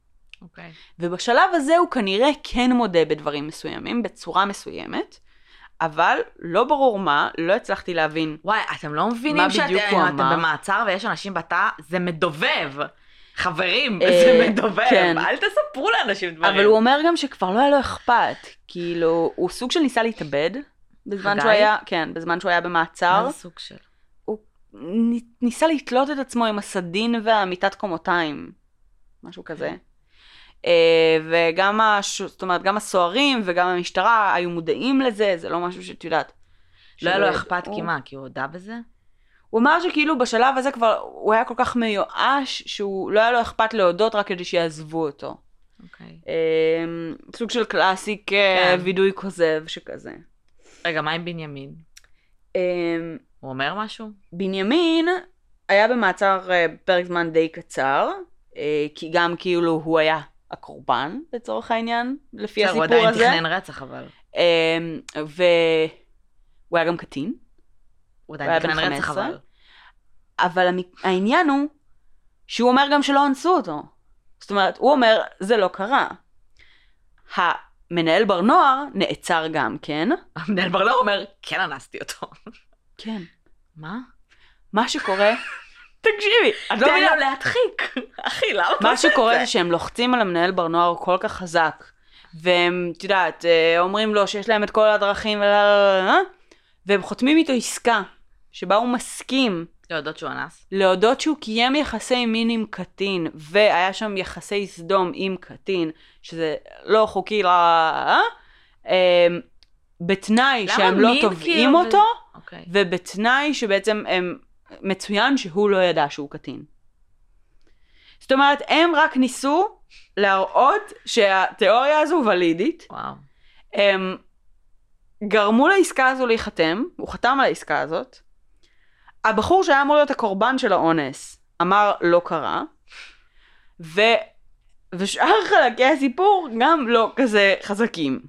ובשלב הזה הוא כנראה כן מודה בדברים מסוימים, בצורה מסוימת, אבל לא ברור מה, לא הצלחתי להבין. וואי, אתם לא מבינים שאתם במעצר ויש אנשים בתא, זה מדובב. חברים, זה מדובב. כן. אל תספרו לאנשים דברים. אבל הוא אומר גם שכבר לא היה לו אכפת. כאילו, הוא סוג של ניסה להתאבד. בזמן שהוא היה, כן, בזמן שהוא היה במעצר. מה זה סוג של? הוא ניסה לתלות את עצמו עם הסדין והמיטת קומותיים. משהו כזה. וגם זאת אומרת, גם הסוהרים וגם המשטרה היו מודעים לזה, זה לא משהו שאת יודעת. לא היה לו אכפת כי הוא הודע בזה? הוא אמר שכאילו בשלב הזה כבר הוא היה כל כך מיואש, שהוא לא היה לו אכפת להודות רק כדי שיעזבו אותו. אוקיי. סוג של קלאסיק וידוי כוזב שכזה. רגע, מה עם בנימין? הוא אומר משהו? בנימין היה במעצר פרק זמן די קצר, כי גם כאילו הוא היה הקורבן לצורך העניין, לפי הסיפור הזה. הוא עדיין תכנן רצח אבל. והוא היה גם קטין. הוא עדיין תכנן רצח אבל. אבל העניין הוא שהוא אומר גם שלא אנסו אותו. זאת אומרת, הוא אומר, זה לא קרה. המנהל בר נוער נעצר גם, כן? המנהל בר נוער אומר, כן אנסתי אותו. כן. מה? מה שקורה... תקשיבי, את לא תן מבינה. לו להדחיק. אחי, למה אתה מה עושה את שקורה זה? זה שהם לוחצים על המנהל בר נוער כל כך חזק, והם, את יודעת, אומרים לו שיש להם את כל הדרכים, והם חותמים איתו עסקה, שבה הוא מסכים להודות שהוא אנס. להודות שהוא קיים יחסי מין עם קטין, והיה שם יחסי סדום עם קטין, שזה לא חוקי, בתנאי שהם לא תובעים אותו, ובתנאי שבעצם הם מצוין שהוא לא ידע שהוא קטין. זאת אומרת, הם רק ניסו להראות שהתיאוריה הזו ולידית. וואו. הם גרמו לעסקה הזו להיחתם, הוא חתם על העסקה הזאת. הבחור שהיה אמור להיות הקורבן של האונס, אמר לא קרה. ושאר חלקי הסיפור גם לא כזה חזקים.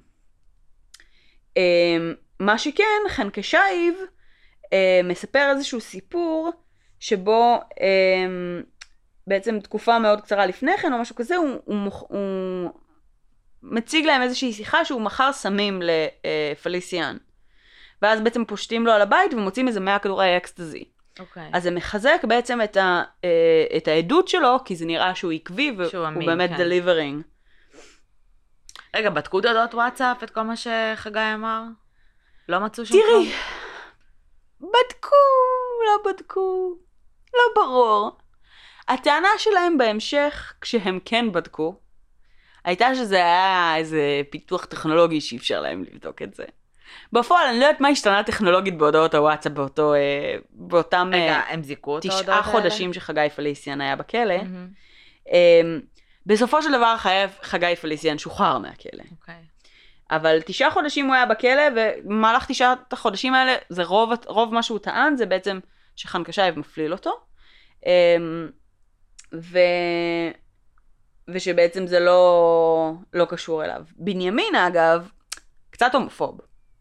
מה שכן, חנקשייב מספר איזשהו סיפור שבו בעצם תקופה מאוד קצרה לפני כן או משהו כזה, הוא מציג להם איזושהי שיחה שהוא מכר סמים לפליסיאן. ואז בעצם פושטים לו על הבית ומוצאים איזה 100 כדורי אקסטזי. אוקיי. אז זה מחזק בעצם את העדות שלו, כי זה נראה שהוא עקבי והוא באמת delivering. רגע, בדקו דעות וואטסאפ את כל מה שחגי אמר? לא מצאו שם? תראי, בדקו, לא בדקו, לא ברור. הטענה שלהם בהמשך, כשהם כן בדקו, הייתה שזה היה איזה פיתוח טכנולוגי שאפשר להם לבדוק את זה. בפועל, אני לא יודעת מה השתנה טכנולוגית בהודעות הוואטסאפ באותם רגע, הם זיקו אותו 9 חודשים שחגי פליסיאן היה בכלא. בסופו של דבר חגי פליסיאן שוחרר מהכלא. אוקיי. אבל 9 חודשים הוא היה בכלא, ובמהלך 9 החודשים האלה, זה רוב מה שהוא טען, זה בעצם שחנקשייב מפליל אותו. ושבעצם זה לא קשור אליו. בנימין, אגב, קצת הומופוב.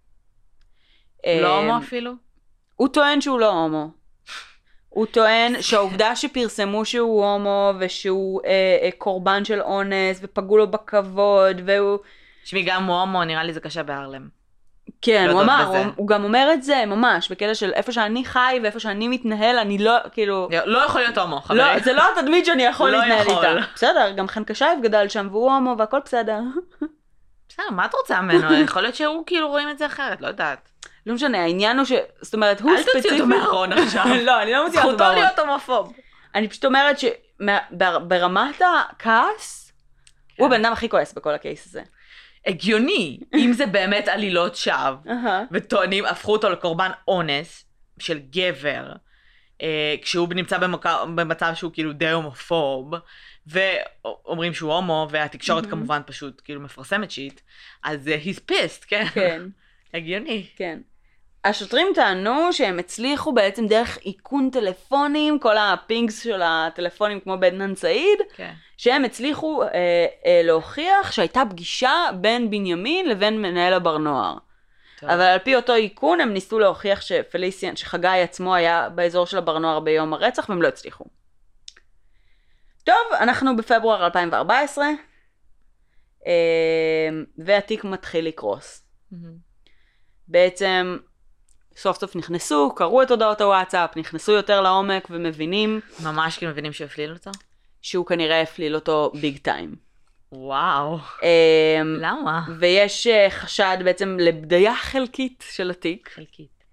לא הומו אפילו? הוא טוען שהוא לא הומו. הוא טוען שהעובדה שפרסמו שהוא הומו, ושהוא קורבן של אונס, ופגעו לו בכבוד, והוא... שמי גם הוא הומו, נראה לי זה קשה בהרלם. כן, הוא אמר, הוא גם אומר את זה ממש, בקטע של איפה שאני חי, ואיפה שאני מתנהל, אני לא, כאילו... לא יכול להיות הומו, חברים. לא, זה לא התדמית שאני יכול להתנהל לא יכול. איתה. בסדר, גם חנקשייב גדל שם, והוא הומו, והכל בסדר. בסדר, מה את רוצה ממנו? יכול להיות שהוא כאילו רואים את זה אחרת, לא יודעת. לא משנה, העניין הוא זאת אומרת, הוא ספציפי... אל תוציא אותו מהארון עכשיו. לא, אני לא מוציאה אותו מהארון. זכותו להיות הומופוב. אני פשוט אומרת שברמת הכעס, הוא הבן אדם הכי כועס בכל הקייס הזה. הגיוני, אם זה באמת עלילות שווא, וטוענים, הפכו אותו לקורבן אונס של גבר, כשהוא נמצא במצב שהוא כאילו די הומופוב, ואומרים שהוא הומו, והתקשורת כמובן פשוט כאילו מפרסמת שיט, אז he's pissed, כן? כן. הגיוני. כן. השוטרים טענו שהם הצליחו בעצם דרך איכון טלפונים, כל הפינגס של הטלפונים כמו בדנן סעיד, כן. שהם הצליחו להוכיח שהייתה פגישה בין בנימין לבין מנהל הבר נוער. טוב. אבל על פי אותו איכון הם ניסו להוכיח שפליסיאן, שחגי עצמו היה באזור של הבר נוער ביום הרצח, והם לא הצליחו. טוב, אנחנו בפברואר 2014, והתיק מתחיל לקרוס. בעצם סוף סוף נכנסו, קראו את הודעות הוואטסאפ, נכנסו יותר לעומק ומבינים. ממש כאילו מבינים שהוא הפליל אותו? שהוא כנראה הפליל אותו ביג טיים. וואו. למה? ויש חשד בעצם לבדיה חלקית של התיק. חלקית.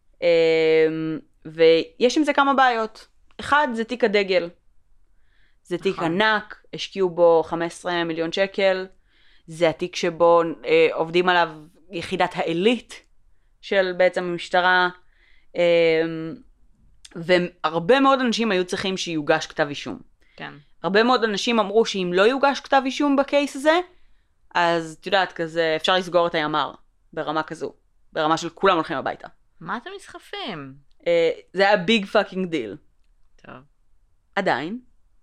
ויש עם זה כמה בעיות. אחד, זה תיק הדגל. זה תיק ענק, השקיעו בו 15 מיליון שקל. זה התיק שבו עובדים עליו יחידת העילית של בעצם המשטרה. והרבה מאוד אנשים היו צריכים שיוגש כתב אישום. כן. הרבה מאוד אנשים אמרו שאם לא יוגש כתב אישום בקייס הזה, אז את יודעת, כזה אפשר לסגור את הימ"ר ברמה כזו. ברמה של כולם הולכים הביתה. מה אתם נסחפים? זה היה ביג פאקינג דיל. טוב. עדיין.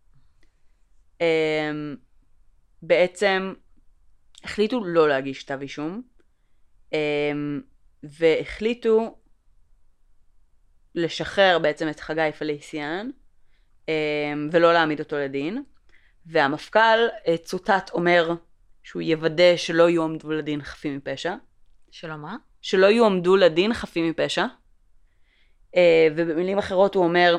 בעצם החליטו לא להגיש כתב אישום, והחליטו לשחרר בעצם את חגי פליסיאן, ולא להעמיד אותו לדין. והמפכ"ל צוטט אומר שהוא יוודא שלא יועמדו לדין חפים מפשע. שלא מה? שלא יועמדו לדין חפים מפשע. ובמילים אחרות הוא אומר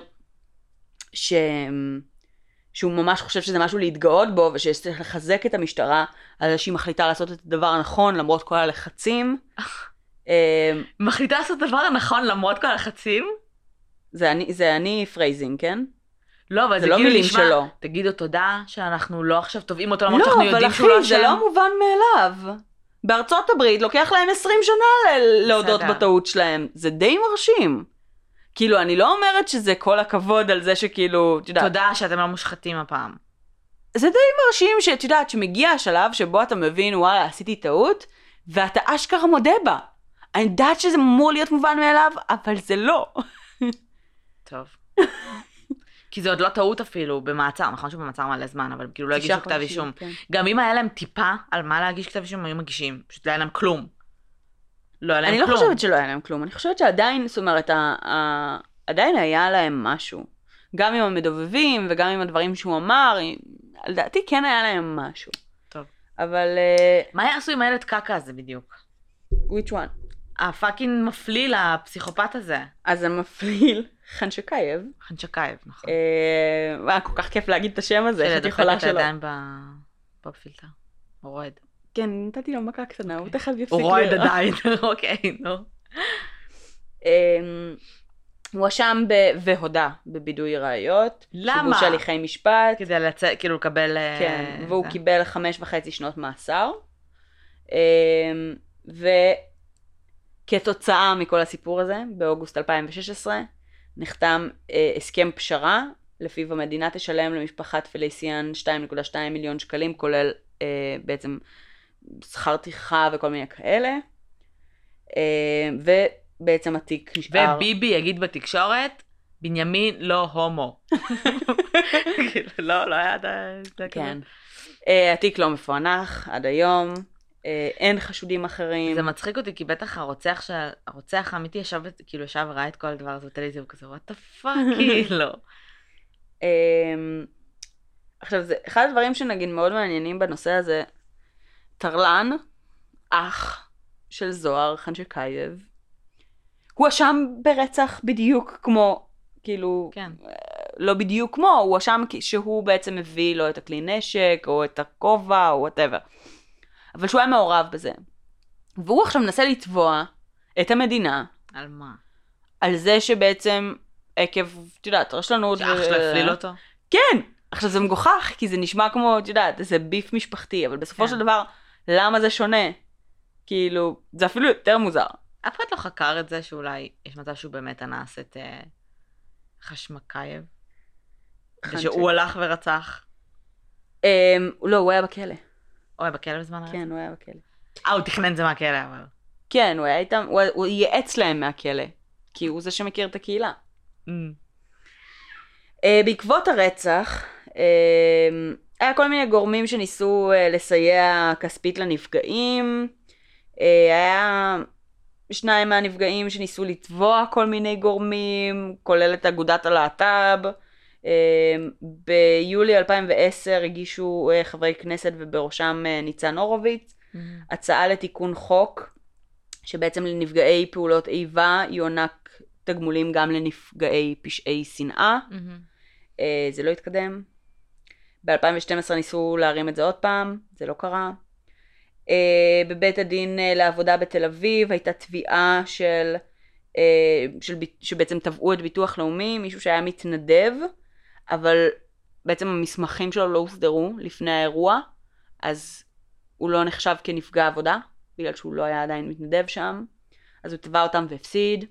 שהוא ממש חושב שזה משהו להתגאות בו, ושצריך לחזק את המשטרה על זה שהיא מחליטה לעשות את הדבר הנכון למרות כל הלחצים. מחליטה לעשות את הדבר הנכון למרות כל הלחצים? זה אני פרייזינג, כן? לא, אבל זה לא מילים שלו. תגידו תודה שאנחנו לא עכשיו תובעים אותו למרות שאנחנו יודעים שהוא לא אשם. לא, אבל אחי, זה לא מובן מאליו. בארצות הברית לוקח להם 20 שנה להודות בטעות שלהם. זה די מרשים. כאילו, אני לא אומרת שזה כל הכבוד על זה שכאילו, תודה שאתם לא מושחתים הפעם. זה די מרשים שאת יודעת שמגיע השלב שבו אתה מבין, וואלה, עשיתי טעות, ואתה אשכרה מודה בה. אני יודעת שזה אמור להיות מובן מאליו, אבל זה לא. טוב. כי זה עוד לא טעות אפילו במעצר, נכון שהוא במעצר מלא זמן, אבל כאילו לא הגישו כתב אישום. כן. גם אם היה להם טיפה על מה להגיש כתב אישום, היו מגישים. פשוט לא היה להם כלום. לא היה להם כלום. אני לא חושבת שלא היה להם כלום. אני חושבת שעדיין, זאת אומרת, עדיין היה להם משהו. גם עם המדובבים וגם עם הדברים שהוא אמר, על דעתי כן היה להם משהו. טוב. אבל... מה יעשו עם הילד קקה הזה בדיוק? which one? הפאקינג מפליל, הפסיכופת הזה. אז המפליל, חנשקייב. חנשקייב, נכון. היה כל כך כיף להגיד את השם הזה, שאת יכולה שלו. שלדפק את הידיים בפילטר. הוא רועד. כן, נתתי לו מכה קטנה, הוא תכף יפסיק. הוא רועד עדיין, אוקיי, נו. הוא אשם והודה בבידוי ראיות. למה? שיבוש הליכי משפט. כדי כאילו לקבל... כן, והוא קיבל 5.5 שנות מאסר. וכתוצאה מכל הסיפור הזה, באוגוסט 2016, נחתם הסכם פשרה, לפיו המדינה תשלם למשפחת פליסיאן 2.2 מיליון שקלים, כולל בעצם שכר טרחה וכל מיני כאלה. ובעצם התיק נשאר... וביבי יגיד בתקשורת, בנימין לא הומו. לא היה עד... כן. התיק לא מפוענח עד היום. אין חשודים אחרים. זה מצחיק אותי, כי בטח הרוצח האמיתי ישב וראה את כל הדבר הזה בטלוויזיה, וכזה, what the fuck, כאילו. עכשיו, אחד הדברים שנגיד מאוד מעניינים בנושא הזה, טרלן, אח של זוהר חנשקייב, הוא אשם ברצח בדיוק כמו, כאילו, כן. לא בדיוק כמו, הוא אשם שהוא בעצם מביא לו את הכלי נשק, או את הכובע, או whatever. אבל שהוא היה מעורב בזה. והוא עכשיו מנסה לתבוע את המדינה. על מה? על זה שבעצם עקב, את יודעת, רשלנות... שאח שלו הפליל אותו? כן! עכשיו זה מגוחך, כי זה נשמע כמו, את יודעת, איזה ביף משפחתי, אבל בסופו של דבר, למה זה שונה? כאילו, זה אפילו יותר מוזר. אף אחד לא חקר את זה שאולי יש מצב שהוא באמת אנס את חשמקייב? ושהוא הלך ורצח? לא, הוא היה בכלא. הוא היה בכלא בזמן הרצח? כן, הוא היה בכלא. הוא תכנן זה מהכלא, אבל... כן, הוא היה איתם, הוא ייעץ להם מהכלא, כי הוא זה שמכיר את הקהילה. בעקבות הרצח, היה כל מיני גורמים שניסו לסייע כספית לנפגעים, היה 2 מהנפגעים שניסו לתבוע כל מיני גורמים, כולל את אגודת הלהט"ב. ביולי 2010 הגישו חברי כנסת ובראשם ניצן הורוביץ, הצעה לתיקון חוק שבעצם לנפגעי פעולות איבה יוענק תגמולים גם לנפגעי פשעי שנאה. זה לא התקדם. ב-2012 ניסו להרים את זה עוד פעם, זה לא קרה. בבית הדין לעבודה בתל אביב הייתה תביעה שבעצם תבעו את ביטוח לאומי, מישהו שהיה מתנדב, אבל בעצם המסמכים שלו לא הוסדרו לפני האירוע, אז הוא לא נחשב כנפגע עבודה, בגלל שהוא לא היה עדיין מתנדב שם, אז הוא תבע אותם והפסיד.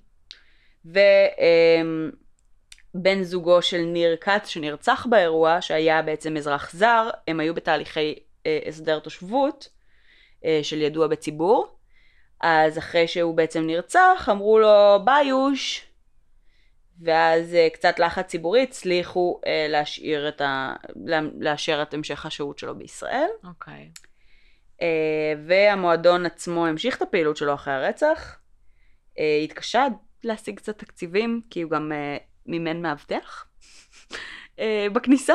ובן זוגו של ניר קץ שנרצח באירוע, שהיה בעצם אזרח זר, הם היו בתהליכי הסדר תושבות של ידוע בציבור, אז אחרי שהוא בעצם נרצח, אמרו לו ביוש, ואז קצת לחץ ציבורי הצליחו לאשר את המשך השהות שלו בישראל. אוקיי. והמועדון עצמו המשיך את הפעילות שלו אחרי הרצח. התקשה להשיג קצת תקציבים, כי הוא גם מימן מאבטח בכניסה.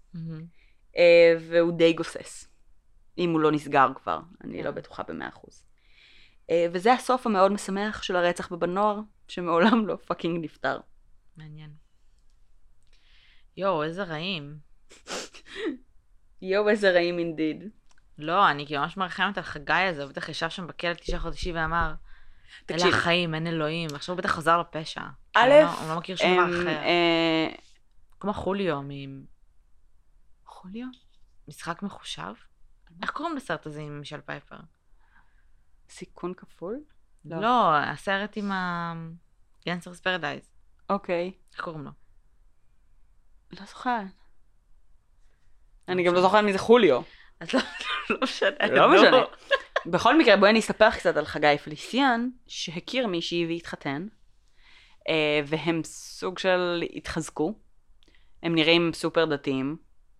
והוא די גוסס. אם הוא לא נסגר כבר, אני לא בטוחה ב100%. וזה הסוף המאוד משמח של הרצח בבן נוער, שמעולם לא פאקינג נפטר. מעניין. יואו, איזה רעים. יואו, איזה רעים אינדיד. לא, אני כאילו ממש מרחמת על חגי הזה, הוא בטח ישב שם בכלא 9 חודשים ואמר, אלה החיים, אין אלוהים. עכשיו הוא בטח חזר לפשע. הוא לא מכיר שום דבר אחר. כמו חוליו חוליו? משחק מחושב? איך קוראים לסרט הזה עם מישל פייפר? סיכון כפול? לא, הסרט עם גנסרס פרדייז. אוקיי. איך קוראים לו? לא זוכרת. אני גם לא זוכרת מי זה חוליו. אז לא משנה. לא משנה. בכל מקרה, בואי אני אספר קצת על חגי פליסיאן, שהכיר מישהי והתחתן, והם סוג של התחזקו. הם נראים סופר דתיים.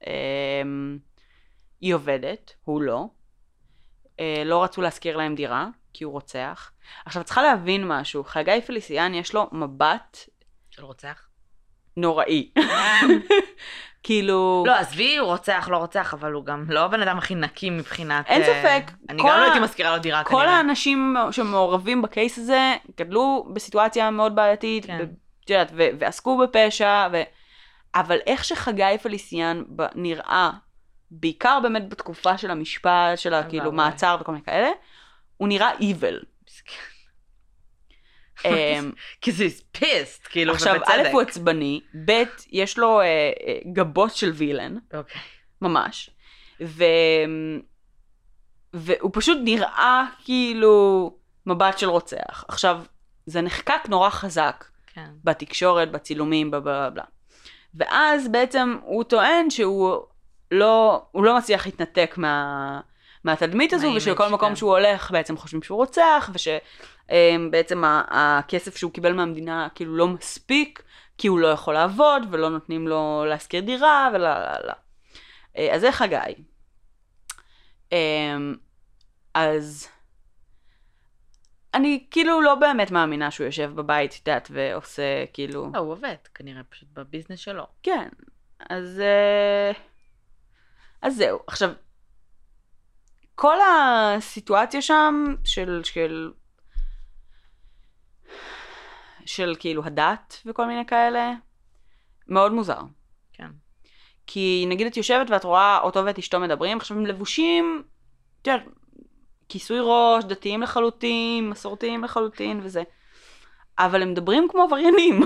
היא עובדת, הוא לא. לא רצו להזכיר להם דירה, כי הוא רוצח. עכשיו, צריכה להבין משהו. חגי פליסיאן יש לו מבט של רוצח? נוראי. כאילו... לא, עזבי, הוא רוצח, לא רוצח, אבל הוא גם לא הבן אדם הכי נקי מבחינת... אין ספק. אני גם לא הייתי מזכירה לו דירה כנראה. כל האנשים שמעורבים בקייס הזה, גדלו בסיטואציה מאוד בעייתית, ועסקו בפשע, אבל איך שחגי פליסיאן נראה, בעיקר באמת בתקופה של המשפט, של כאילו מעצר וכל מיני כאלה, הוא נראה evil. כי זה pissed, כאילו, עכשיו, א' הוא עצבני, ב' יש לו גבות של וילן, ממש, והוא פשוט נראה כאילו מבט של רוצח. עכשיו, זה נחקק נורא חזק בתקשורת, בצילומים, בבלה. ואז בעצם הוא טוען שהוא לא מצליח להתנתק מהתדמית הזו, ושכל מקום שהוא הולך בעצם חושבים שהוא רוצח, ושבעצם הכסף שהוא קיבל מהמדינה כאילו לא מספיק, כי הוא לא יכול לעבוד, ולא נותנים לו להשכיר דירה, אז זה חגי. אז אני כאילו לא באמת מאמינה שהוא יושב בבית, תדעת, ועושה כאילו... הוא עובד, כנראה פשוט בביזנס שלו. כן, אז זהו. עכשיו, כל הסיטואציה שם של כאילו הדת וכל מיני כאלה, מאוד מוזר. כן. כי נגיד את יושבת ואת רואה אותו ואת אשתו מדברים, עכשיו הם לבושים, תראה, כיסוי ראש, דתיים לחלוטין, מסורתיים לחלוטין וזה. אבל הם מדברים כמו עבריינים.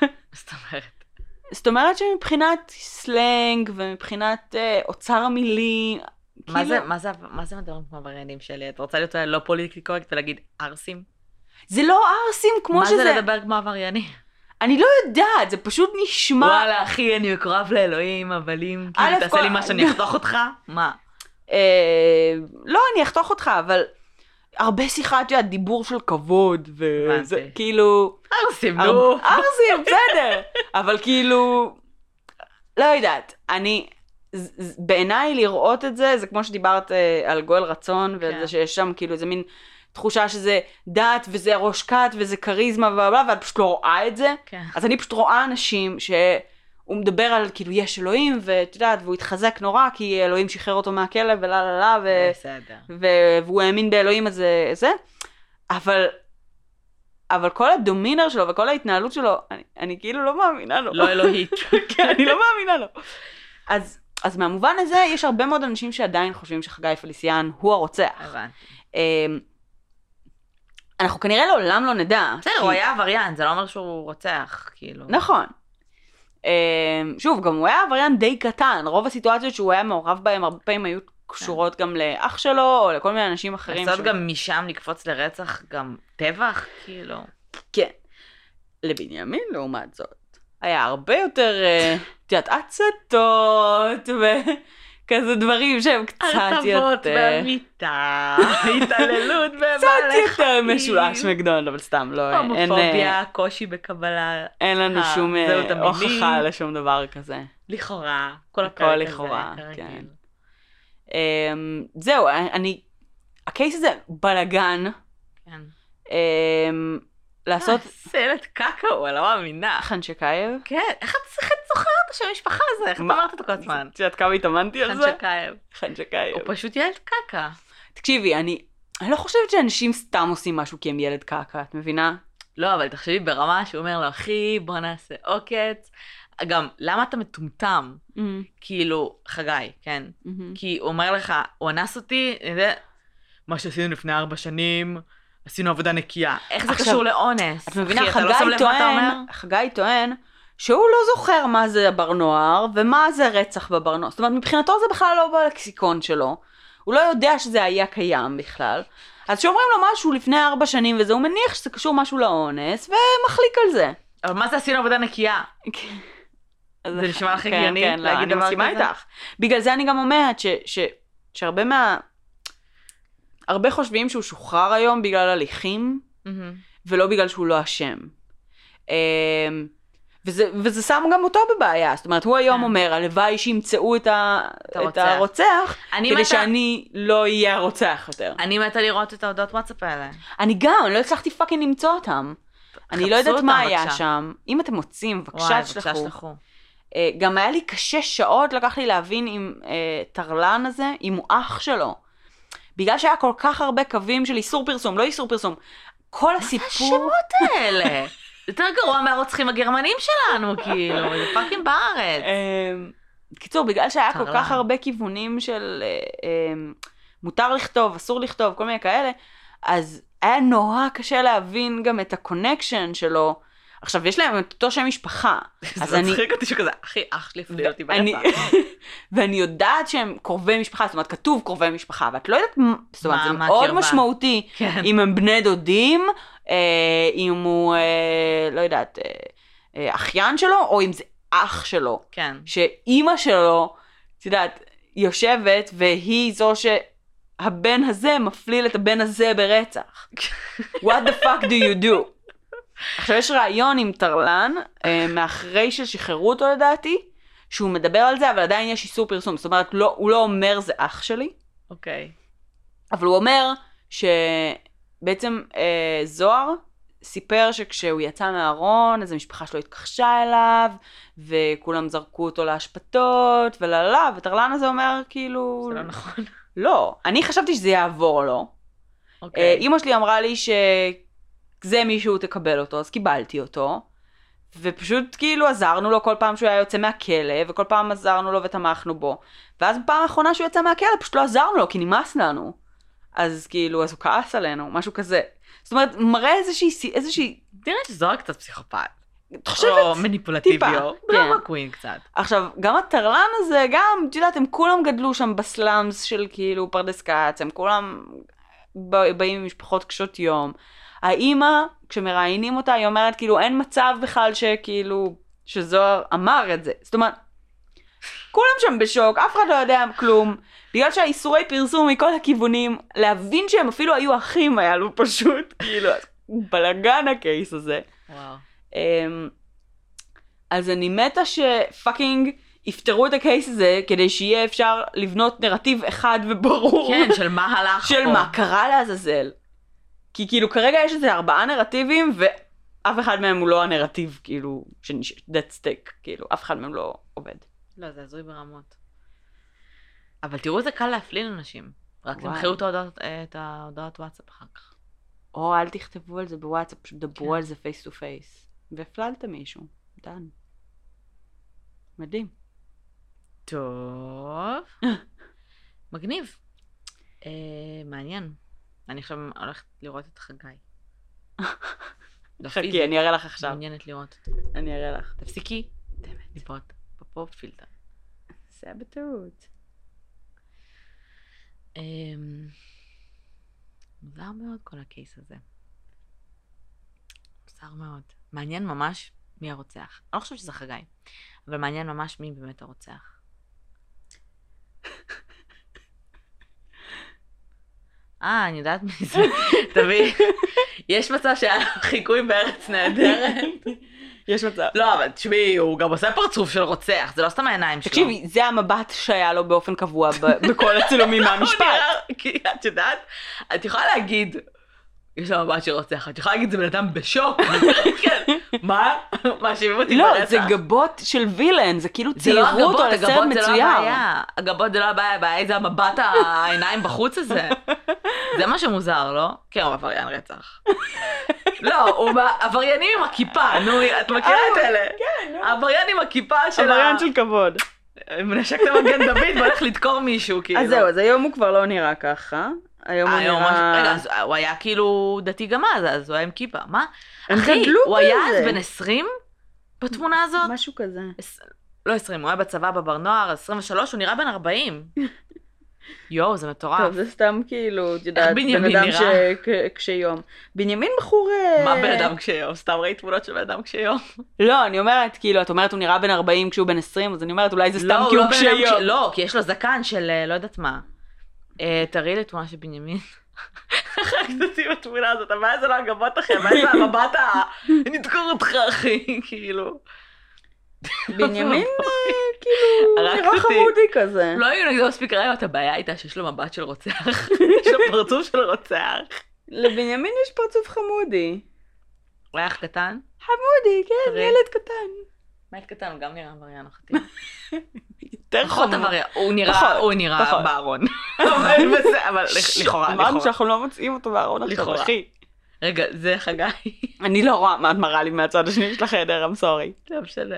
זאת אומרת שמבחינת סלנג ומבחינת אוצר המילים, מה זה מדברים כמו עבריינים שלי? את רוצה להיות לא פוליטיקלי קורקט ולהגיד ארסים? זה לא ארסים כמו שזה... מה זה לדבר כמו עבריינים? אני לא יודעת, זה פשוט נשמע... וואלה, אחי, אני מקורב לאלוהים, אבל אם כאילו תעשה לי מה שאני אחתוך אותך, מה? לא, אני אחתוך אותך, אבל הרבה שיחה, את יודעת, דיבור של כבוד, וזה כאילו... ארסים, נו. ארסים, בסדר. אבל כאילו... לא יודעת, בעיניי לראות את זה, זה כמו שדיברת על גואל רצון, וזה שיש שם כאילו איזה מין תחושה שזה דת, וזה ראש קאט, וזה קריזמה, ואת פשוט לא רואה את זה. אז אני פשוט רואה אנשים שהוא מדבר על כאילו יש אלוהים, ואת יודעת, והוא התחזק נורא, כי אלוהים שחרר אותו מהכלב, והוא האמין באלוהים הזה, אבל אבל כל הדומינר שלו וכל ההתנהלות שלו, אני כאילו לא מאמינה לו. לא אלוהית. כן, אני לא מאמינה לו. אז מהמובן הזה, יש הרבה מאוד אנשים שעדיין חושבים שחגי פליסיאן הוא הרוצח. הבנתי. אנחנו כנראה לעולם לא נדע. בסדר, הוא היה עבריין, זה לא אומר שהוא רוצח, כאילו. נכון. שוב, גם הוא היה עבריין די קטן. רוב הסיטואציות שהוא היה מעורב בהם, הרבה פעמים היו קשורות גם לאח שלו, או לכל מיני אנשים אחרים. לעשות גם משם לקפוץ לרצח, גם טבח, כאילו. כן. לבנימין, לעומת זאת, היה הרבה יותר, תיאת הצתות, וכזה דברים שהם קצת יותר... הרטבות במיטה, התעללות בבעלי קצת יותר חיים. משולש מקדונלד, אבל סתם, לא, הומופוביה, קושי בקבלה. אין לנו שום זהות המינית. הוכחה לשום דבר כזה. לכאורה, כל הפרק הזה. לכאורה, כן. זהו, הקייס הזה בלגן. כן. לעשות... סלט קקאו, אני לא מאמינה. חנשקייב? כן, איך את זוכרת את השם המשפחה הזה? איך את אמרת אותו כל הזמן? את יודעת כמה התאמנתי על זה? חנשקייב. חנשקייב. הוא פשוט ילד קקה. תקשיבי, אני לא חושבת שאנשים סתם עושים משהו כי הם ילד קקה, את מבינה? לא, אבל תחשבי ברמה שהוא אומר לו, אחי, בוא נעשה עוקץ. גם, למה אתה מטומטם? כאילו, חגי, כן? כי הוא אומר לך, הוא אנס אותי, מה שעשינו לפני 4 שנים, עשינו עבודה נקייה. איך זה קשור לאונס? את מבינה, חגי טוען שהוא לא זוכר מה זה הבר נוער, ומה זה רצח בבר נוער. זאת אומרת, מבחינתו זה בכלל לא בלקסיקון שלו. הוא לא יודע שזה היה קיים בכלל. אז שאומרים לו משהו לפני 4 שנים וזה, הוא מניח שזה קשור משהו לאונס, ומחליק על זה. אבל מה זה עשינו עבודה נקייה? זה נשמע לך הגיוני להגיד דבר כזה? איתך. בגלל זה אני גם אומרת שהרבה הרבה חושבים שהוא שוחרר היום בגלל הליכים, ולא בגלל שהוא לא אשם. וזה שם גם אותו בבעיה. זאת אומרת, הוא היום אומר, הלוואי שימצאו את הרוצח, כדי שאני לא אהיה הרוצח יותר. אני מתה לראות את ההודעות וואטסאפ האלה. אני לא הצלחתי פאקינג למצוא אותם. אני לא יודעת מה היה שם. אם אתם מוצאים, בבקשה תשלחו. גם היה לי קשה שעות, לקח לי להבין אם טרלן הזה, אם הוא אח שלו. בגלל שהיה כל כך הרבה קווים של איסור פרסום, לא איסור פרסום. כל הסיפור... מה השמות האלה? יותר גרוע מהרוצחים הגרמנים שלנו, כאילו, זה פאקינג בארץ. קיצור, בגלל שהיה כל כך הרבה כיוונים של מותר לכתוב, אסור לכתוב, כל מיני כאלה, אז היה נורא קשה להבין גם את הקונקשן שלו. עכשיו, יש להם את אותו שם משפחה. זה מצחיק אותי שכזה, אחי, אח שלי הפליל אותי באמצע. ואני יודעת שהם קרובי משפחה, זאת אומרת, כתוב קרובי משפחה, ואת לא יודעת, זאת אומרת, זה מאוד משמעותי, אם הם בני דודים, אם הוא, לא יודעת, אחיין שלו, או אם זה אח שלו. כן. שאימא שלו, את יודעת, יושבת, והיא זו שהבן הזה מפליל את הבן הזה ברצח. What the fuck do you do? עכשיו יש רעיון עם טרלן, מאחרי ששחררו אותו לדעתי, שהוא מדבר על זה, אבל עדיין יש איסור פרסום. זאת אומרת, הוא לא אומר זה אח שלי. אוקיי. אבל הוא אומר שבעצם זוהר סיפר שכשהוא יצא מהארון, אז המשפחה שלו התכחשה אליו, וכולם זרקו אותו להשפטות, וטרלן הזה אומר כאילו... זה לא נכון. לא, אני חשבתי שזה יעבור לו. אוקיי. אמא שלי אמרה לי זה מישהו תקבל אותו, אז קיבלתי אותו, ופשוט כאילו עזרנו לו כל פעם שהוא היה יוצא מהכלא, וכל פעם עזרנו לו ותמכנו בו, ואז בפעם האחרונה שהוא יצא מהכלא, פשוט לא עזרנו לו, כי נמאס לנו. אז כאילו, אז הוא כעס עלינו, משהו כזה. זאת אומרת, מראה איזושהי... תראה שזוהר קצת פסיכופת. את חושבת? או מניפולטיביו. בלמה קווין קצת. עכשיו, גם הטרלן הזה, גם, את יודעת, הם כולם גדלו שם בסלאמס של כאילו פרדס כץ, הם כולם באים ממשפחות קשות יום. האמא, כשמראיינים אותה, היא אומרת, כאילו, אין מצב בכלל שכאילו, שזוהר אמר את זה. זאת אומרת, כולם שם בשוק, אף אחד לא יודע כלום. בגלל שהאיסורי פרסום מכל הכיוונים, להבין שהם אפילו היו אחים, היה לו פשוט, כאילו, בלגן הקייס הזה. וואו. אז אני מתה שפאקינג יפתרו את הקייס הזה, כדי שיהיה אפשר לבנות נרטיב אחד וברור. כן, של מה הלך פה. של מה קרה לעזאזל. כי כאילו כרגע יש איזה 4 נרטיבים, ואף אחד מהם הוא לא הנרטיב, כאילו, that stick, כאילו, אף אחד מהם לא עובד. לא, זה עזוי ברמות. אבל תראו, זה קל להפליל אנשים. רק תמחאו את ההודעות וואטסאפ אחר כך. או אל תכתבו על זה בוואטסאפ, פשוט דברו על זה פייס טו פייס. והפללת מישהו. דן. מדהים. טוב. מגניב. מעניין. אני עכשיו הולכת לראות את חגי. חכי, אני אראה לך עכשיו. מעניינת לראות. אני אראה לך. תפסיקי. ליפות בפופ פילטר. זה בטעות. מוזר מאוד כל הקייס הזה. מוזר מאוד. מעניין ממש מי הרוצח. אני לא חושבת שזה חגי, אבל מעניין ממש מי באמת הרוצח. אני יודעת מי זה. תביא. יש מצב שהיה חיקוי בארץ נהדרת. יש מצב. לא, אבל תשמעי, הוא גם עושה פרצוף של רוצח, זה לא סתם העיניים שלו. תקשיבי, זה המבט שהיה לו באופן קבוע בכל הצילומים מהמשפט. כי את יודעת, את יכולה להגיד, יש לו מבט של רוצח, את יכולה להגיד, זה בן אדם בשוק. מה? מאשימים אותי ברצח. לא, זה גבות של וילן, זה כאילו ציירו אותו על סרט מצויר. הגבות זה לא הבעיה, זה המבט העיניים בחוץ הזה. זה מה שמוזר, לא? כן, הוא עבריין רצח. לא, הוא עבריינים עם הכיפה, נו, את מכירה את אלה? כן. העבריין עם הכיפה של עבריין של כבוד. מנשק את המגן דוד והולך לדקור מישהו, כאילו. אז זהו, אז היום הוא כבר לא נראה ככה. היום הוא נראה... רגע, אז הוא היה כאילו דתי גם אז הוא היה עם כיפה. מה? הם אחי, גדלו הוא היה בזה. אז בן 20 בתמונה הזאת? משהו כזה. לא 20, הוא היה בצבא בבר נוער, 23, הוא נראה בן 40. יואו, זה מטורף. טוב, זה סתם כאילו, את יודעת, בנימין בן אדם נראה? כשיום. בנימין בחור... מה בן אדם כשיום? סתם ראית תמונות של בן אדם כשיום? לא, אני אומרת, כאילו, את אומרת, הוא נראה בן 40 כשהוא בן 20, אז אני אומרת, אולי זה סתם כי הוא כשיום. לא, כי יש לו זקן של לא יודעת מה. תראי לי תמונה של בנימין. רק תוציא בתמונה הזאת, הבעיה זה לא הגבות אחרי, הבעיה זה המבט נדקור אותך אחי, כאילו. בנימין כאילו נראה חמודי כזה. לא היו נגדו מספיק ראיות, הבעיה הייתה שיש לו מבט של רוצח, יש לו פרצוף של רוצח. לבנימין יש פרצוף חמודי. הוא היה אח קטן? חמודי, כן, ילד קטן. מה ילד קטן? הוא גם נראה עבריין אחתי. יותר חמוד. הוא נראה בארון. אבל לכאורה. אמרנו שאנחנו לא מוצאים אותו בארון עכשיו, אחי. רגע, זה חגי. אני לא רואה מה את מראה לי מהצד השני של החדר, I'm sorry. לא משנה.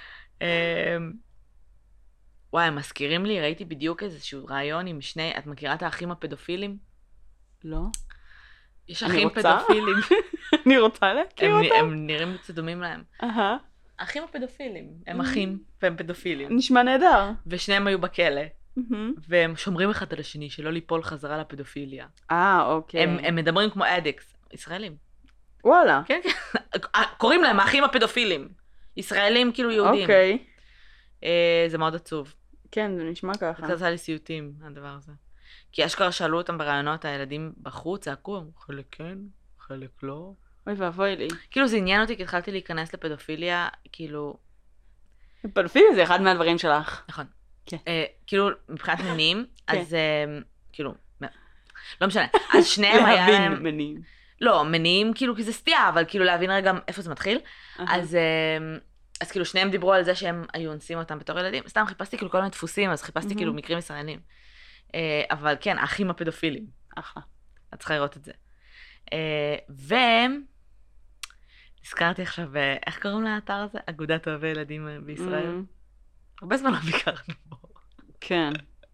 וואי, הם מזכירים לי, ראיתי בדיוק איזשהו רעיון עם שני, את מכירה את האחים הפדופילים? לא. יש אחים פדופילים. אני רוצה להכיר אותם. הם נראים קצת דומים להם. האחים הפדופילים, הם אחים והם פדופילים. נשמע נהדר. ושניהם היו בכלא. והם שומרים אחד על השני, שלא ליפול חזרה לפדופיליה. אוקיי. הם מדברים כמו אדיקס, ישראלים. וואלה. כן, כן. קוראים להם האחים הפדופילים. ישראלים כאילו יהודים. אוקיי. זה מאוד עצוב. כן, זה נשמע ככה. קצת עשה לי סיוטים, הדבר הזה. כי אשכרה שאלו אותם ברעיונות, הילדים בחוץ, צעקו, חלק כן, חלק לא. אוי ואבוי לי. כאילו זה עניין אותי, כי התחלתי להיכנס לפדופיליה, כאילו... פדופיליה זה אחד מהדברים שלך. נכון. כן. כאילו, מבחינת מינים, אז כאילו, לא משנה. אז שניהם היה להם... להבין מניעים. לא, מניעים כאילו כי זה סטייה, אבל כאילו להבין רגע איפה זה מתחיל. אז כאילו שניהם דיברו על זה שהם היו אונסים אותם בתור ילדים. סתם חיפשתי כאילו כל מיני דפוסים, אז חיפשתי כאילו מקרים ישראלים. אבל כן, האחים הפדופילים. אחלה. את צריכה לראות את זה. נזכרתי עכשיו, איך קוראים לאתר הזה? אגודת אוהבי ילדים בישראל. הרבה זמן לא ביקרנו בו. כן.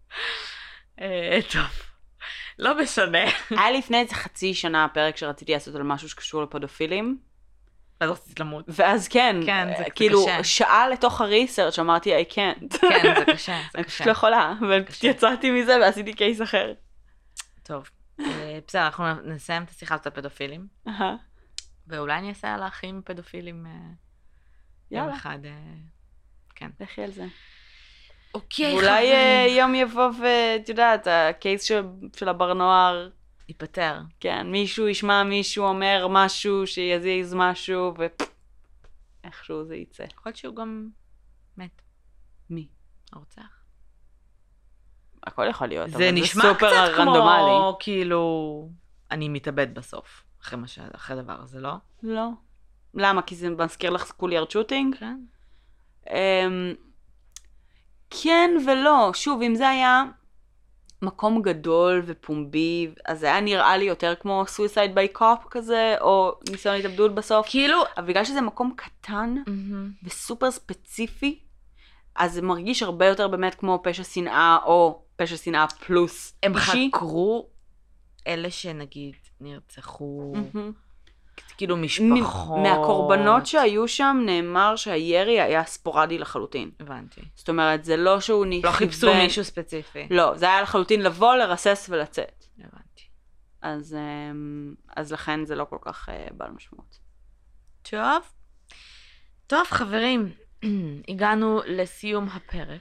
טוב. לא משנה. היה לפני איזה חצי שנה הפרק שרציתי לעשות על משהו שקשור לפדופילים. ואז רציתי למות. ואז כן, זה כאילו קשה. שעה לתוך הריסרצ' אמרתי I can't. כן, זה קשה. אני פשוט לא יכולה, אבל יצאתי מזה ועשיתי קייס אחר. טוב. בסדר, אנחנו נסיים את השיחה על הפדופילים. ואולי אני אעשה על האחים פדופילים יום אחד. כן. לכי על זה. אוקיי, אולי יום יבוא ואת יודעת, הקייס של הבר נוער ייפטר. כן, מישהו ישמע מישהו אומר משהו שיזיז משהו ואיכשהו זה יצא. יכול להיות שהוא גם מת. מי? הרוצח. הכל יכול להיות, זה אבל נשמע זה סופר קצת רנדומלי. כמו כאילו אני מתאבד בסוף אחרי הדבר הזה, לא? לא. למה? כי זה מזכיר לך סקוליארד שוטינג? כן. כן ולא. שוב, אם זה היה מקום גדול ופומבי, אז זה היה נראה לי יותר כמו Suicide by Cop כזה, או ניסיון התאבדות בסוף. כאילו... אבל בגלל שזה מקום קטן וסופר ספציפי, אז זה מרגיש הרבה יותר באמת כמו פשע שנאה, או פשע שנאה פלוס הם אישי. חקרו אלה שנגיד נרצחו, כאילו משפחות. מהקורבנות שהיו שם נאמר שהירי היה ספורדי לחלוטין. הבנתי. זאת אומרת, זה לא שהוא לא חיפשו מישהו ספציפי. לא, זה היה לחלוטין לבוא, לרסס ולצאת. הבנתי. אז לכן זה לא כל כך בעל משמעות. טוב חברים, הגענו לסיום הפרק.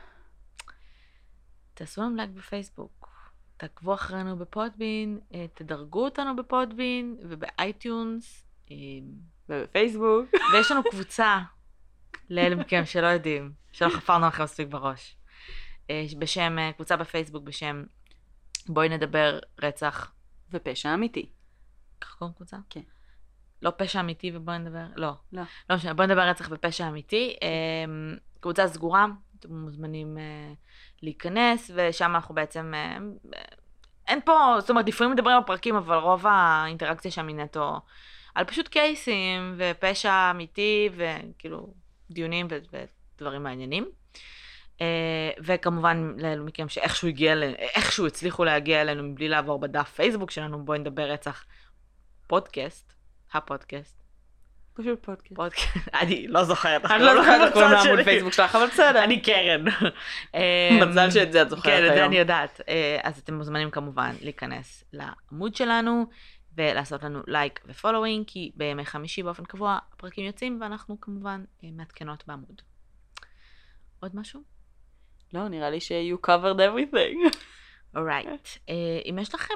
תעשו לנו לייק בפייסבוק, תעקבו אחרינו בפודבין, תדרגו אותנו בפודבין ובאייטיונס ובפייסבוק. ויש לנו קבוצה לאלה מכם שלא יודעים, שלא חפרנו לכם מספיק בראש. קבוצה בפייסבוק בשם בואי נדבר רצח ופשע אמיתי. כך קוראים קבוצה? כן. לא פשע אמיתי ובואי נדבר, לא. לא. לא משנה, בואי נדבר רצח ופשע אמיתי. קבוצה סגורה, אתם מוזמנים להיכנס, ושם אנחנו בעצם, אין פה, זאת אומרת, לפעמים מדברים בפרקים, אבל רוב האינטראקציה שם היא נטו על פשוט קייסים, ופשע אמיתי, וכאילו דיונים ודברים מעניינים. וכמובן לאלו מכם שאיכשהו הצליחו להגיע אלינו מבלי לעבור בדף פייסבוק שלנו, בואי נדבר רצח פודקאסט, הפודקאסט. פשוט פודקאסט. אני לא זוכרת. אני לא זוכרת איך קוראים לעמוד פייסבוק שלך, אבל בסדר. אני קרן. מזל שאת זה את זוכרת היום. כן, את זה אני יודעת. אז אתם מוזמנים כמובן להיכנס לעמוד שלנו, ולעשות לנו לייק ופולווינג, כי בימי חמישי באופן קבוע הפרקים יוצאים, ואנחנו כמובן מעדכנות בעמוד. עוד משהו? לא, נראה לי ש-you covered everything. alright. אם יש לכם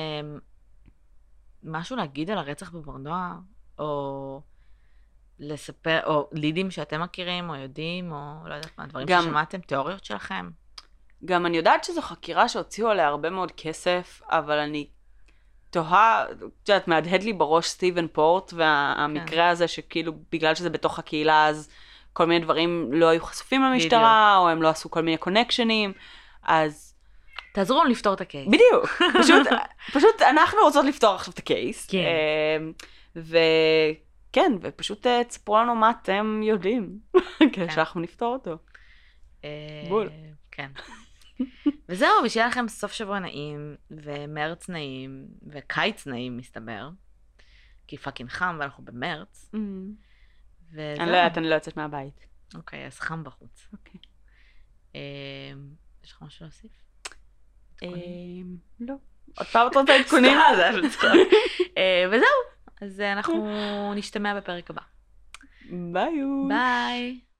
משהו להגיד על הרצח בברנוע, או לספר, או לידים שאתם מכירים, או יודעים, או לא יודעת מה, דברים ששמעתם, תיאוריות שלכם. גם אני יודעת שזו חקירה שהוציאו עליה הרבה מאוד כסף, אבל אני תוהה, את יודעת, מהדהד לי בראש סטיבן פורט, והמקרה הזה שכאילו, בגלל שזה בתוך הקהילה, אז כל מיני דברים לא היו חשופים למשטרה, או הם לא עשו כל מיני קונקשנים, אז... תעזרו לנו לפתור את הקייס. בדיוק. פשוט אנחנו רוצות לפתור עכשיו את הקייס. כן. וכן, ופשוט תספרו לנו מה אתם יודעים, כדי שאנחנו נפתור אותו. בול. כן. וזהו, ושיהיה לכם סוף שבוע נעים, ומרץ נעים, וקיץ נעים מסתבר, כי פאקינג חם, ואנחנו במרץ. אני לא יודעת, אני לא יוצאת מהבית. אוקיי, אז חם בחוץ. אוקיי. יש לך משהו להוסיף? לא. עוד פעם את רוצה עדכונים? וזהו, אז אנחנו נשתמע בפרק הבא. ביי. ביי.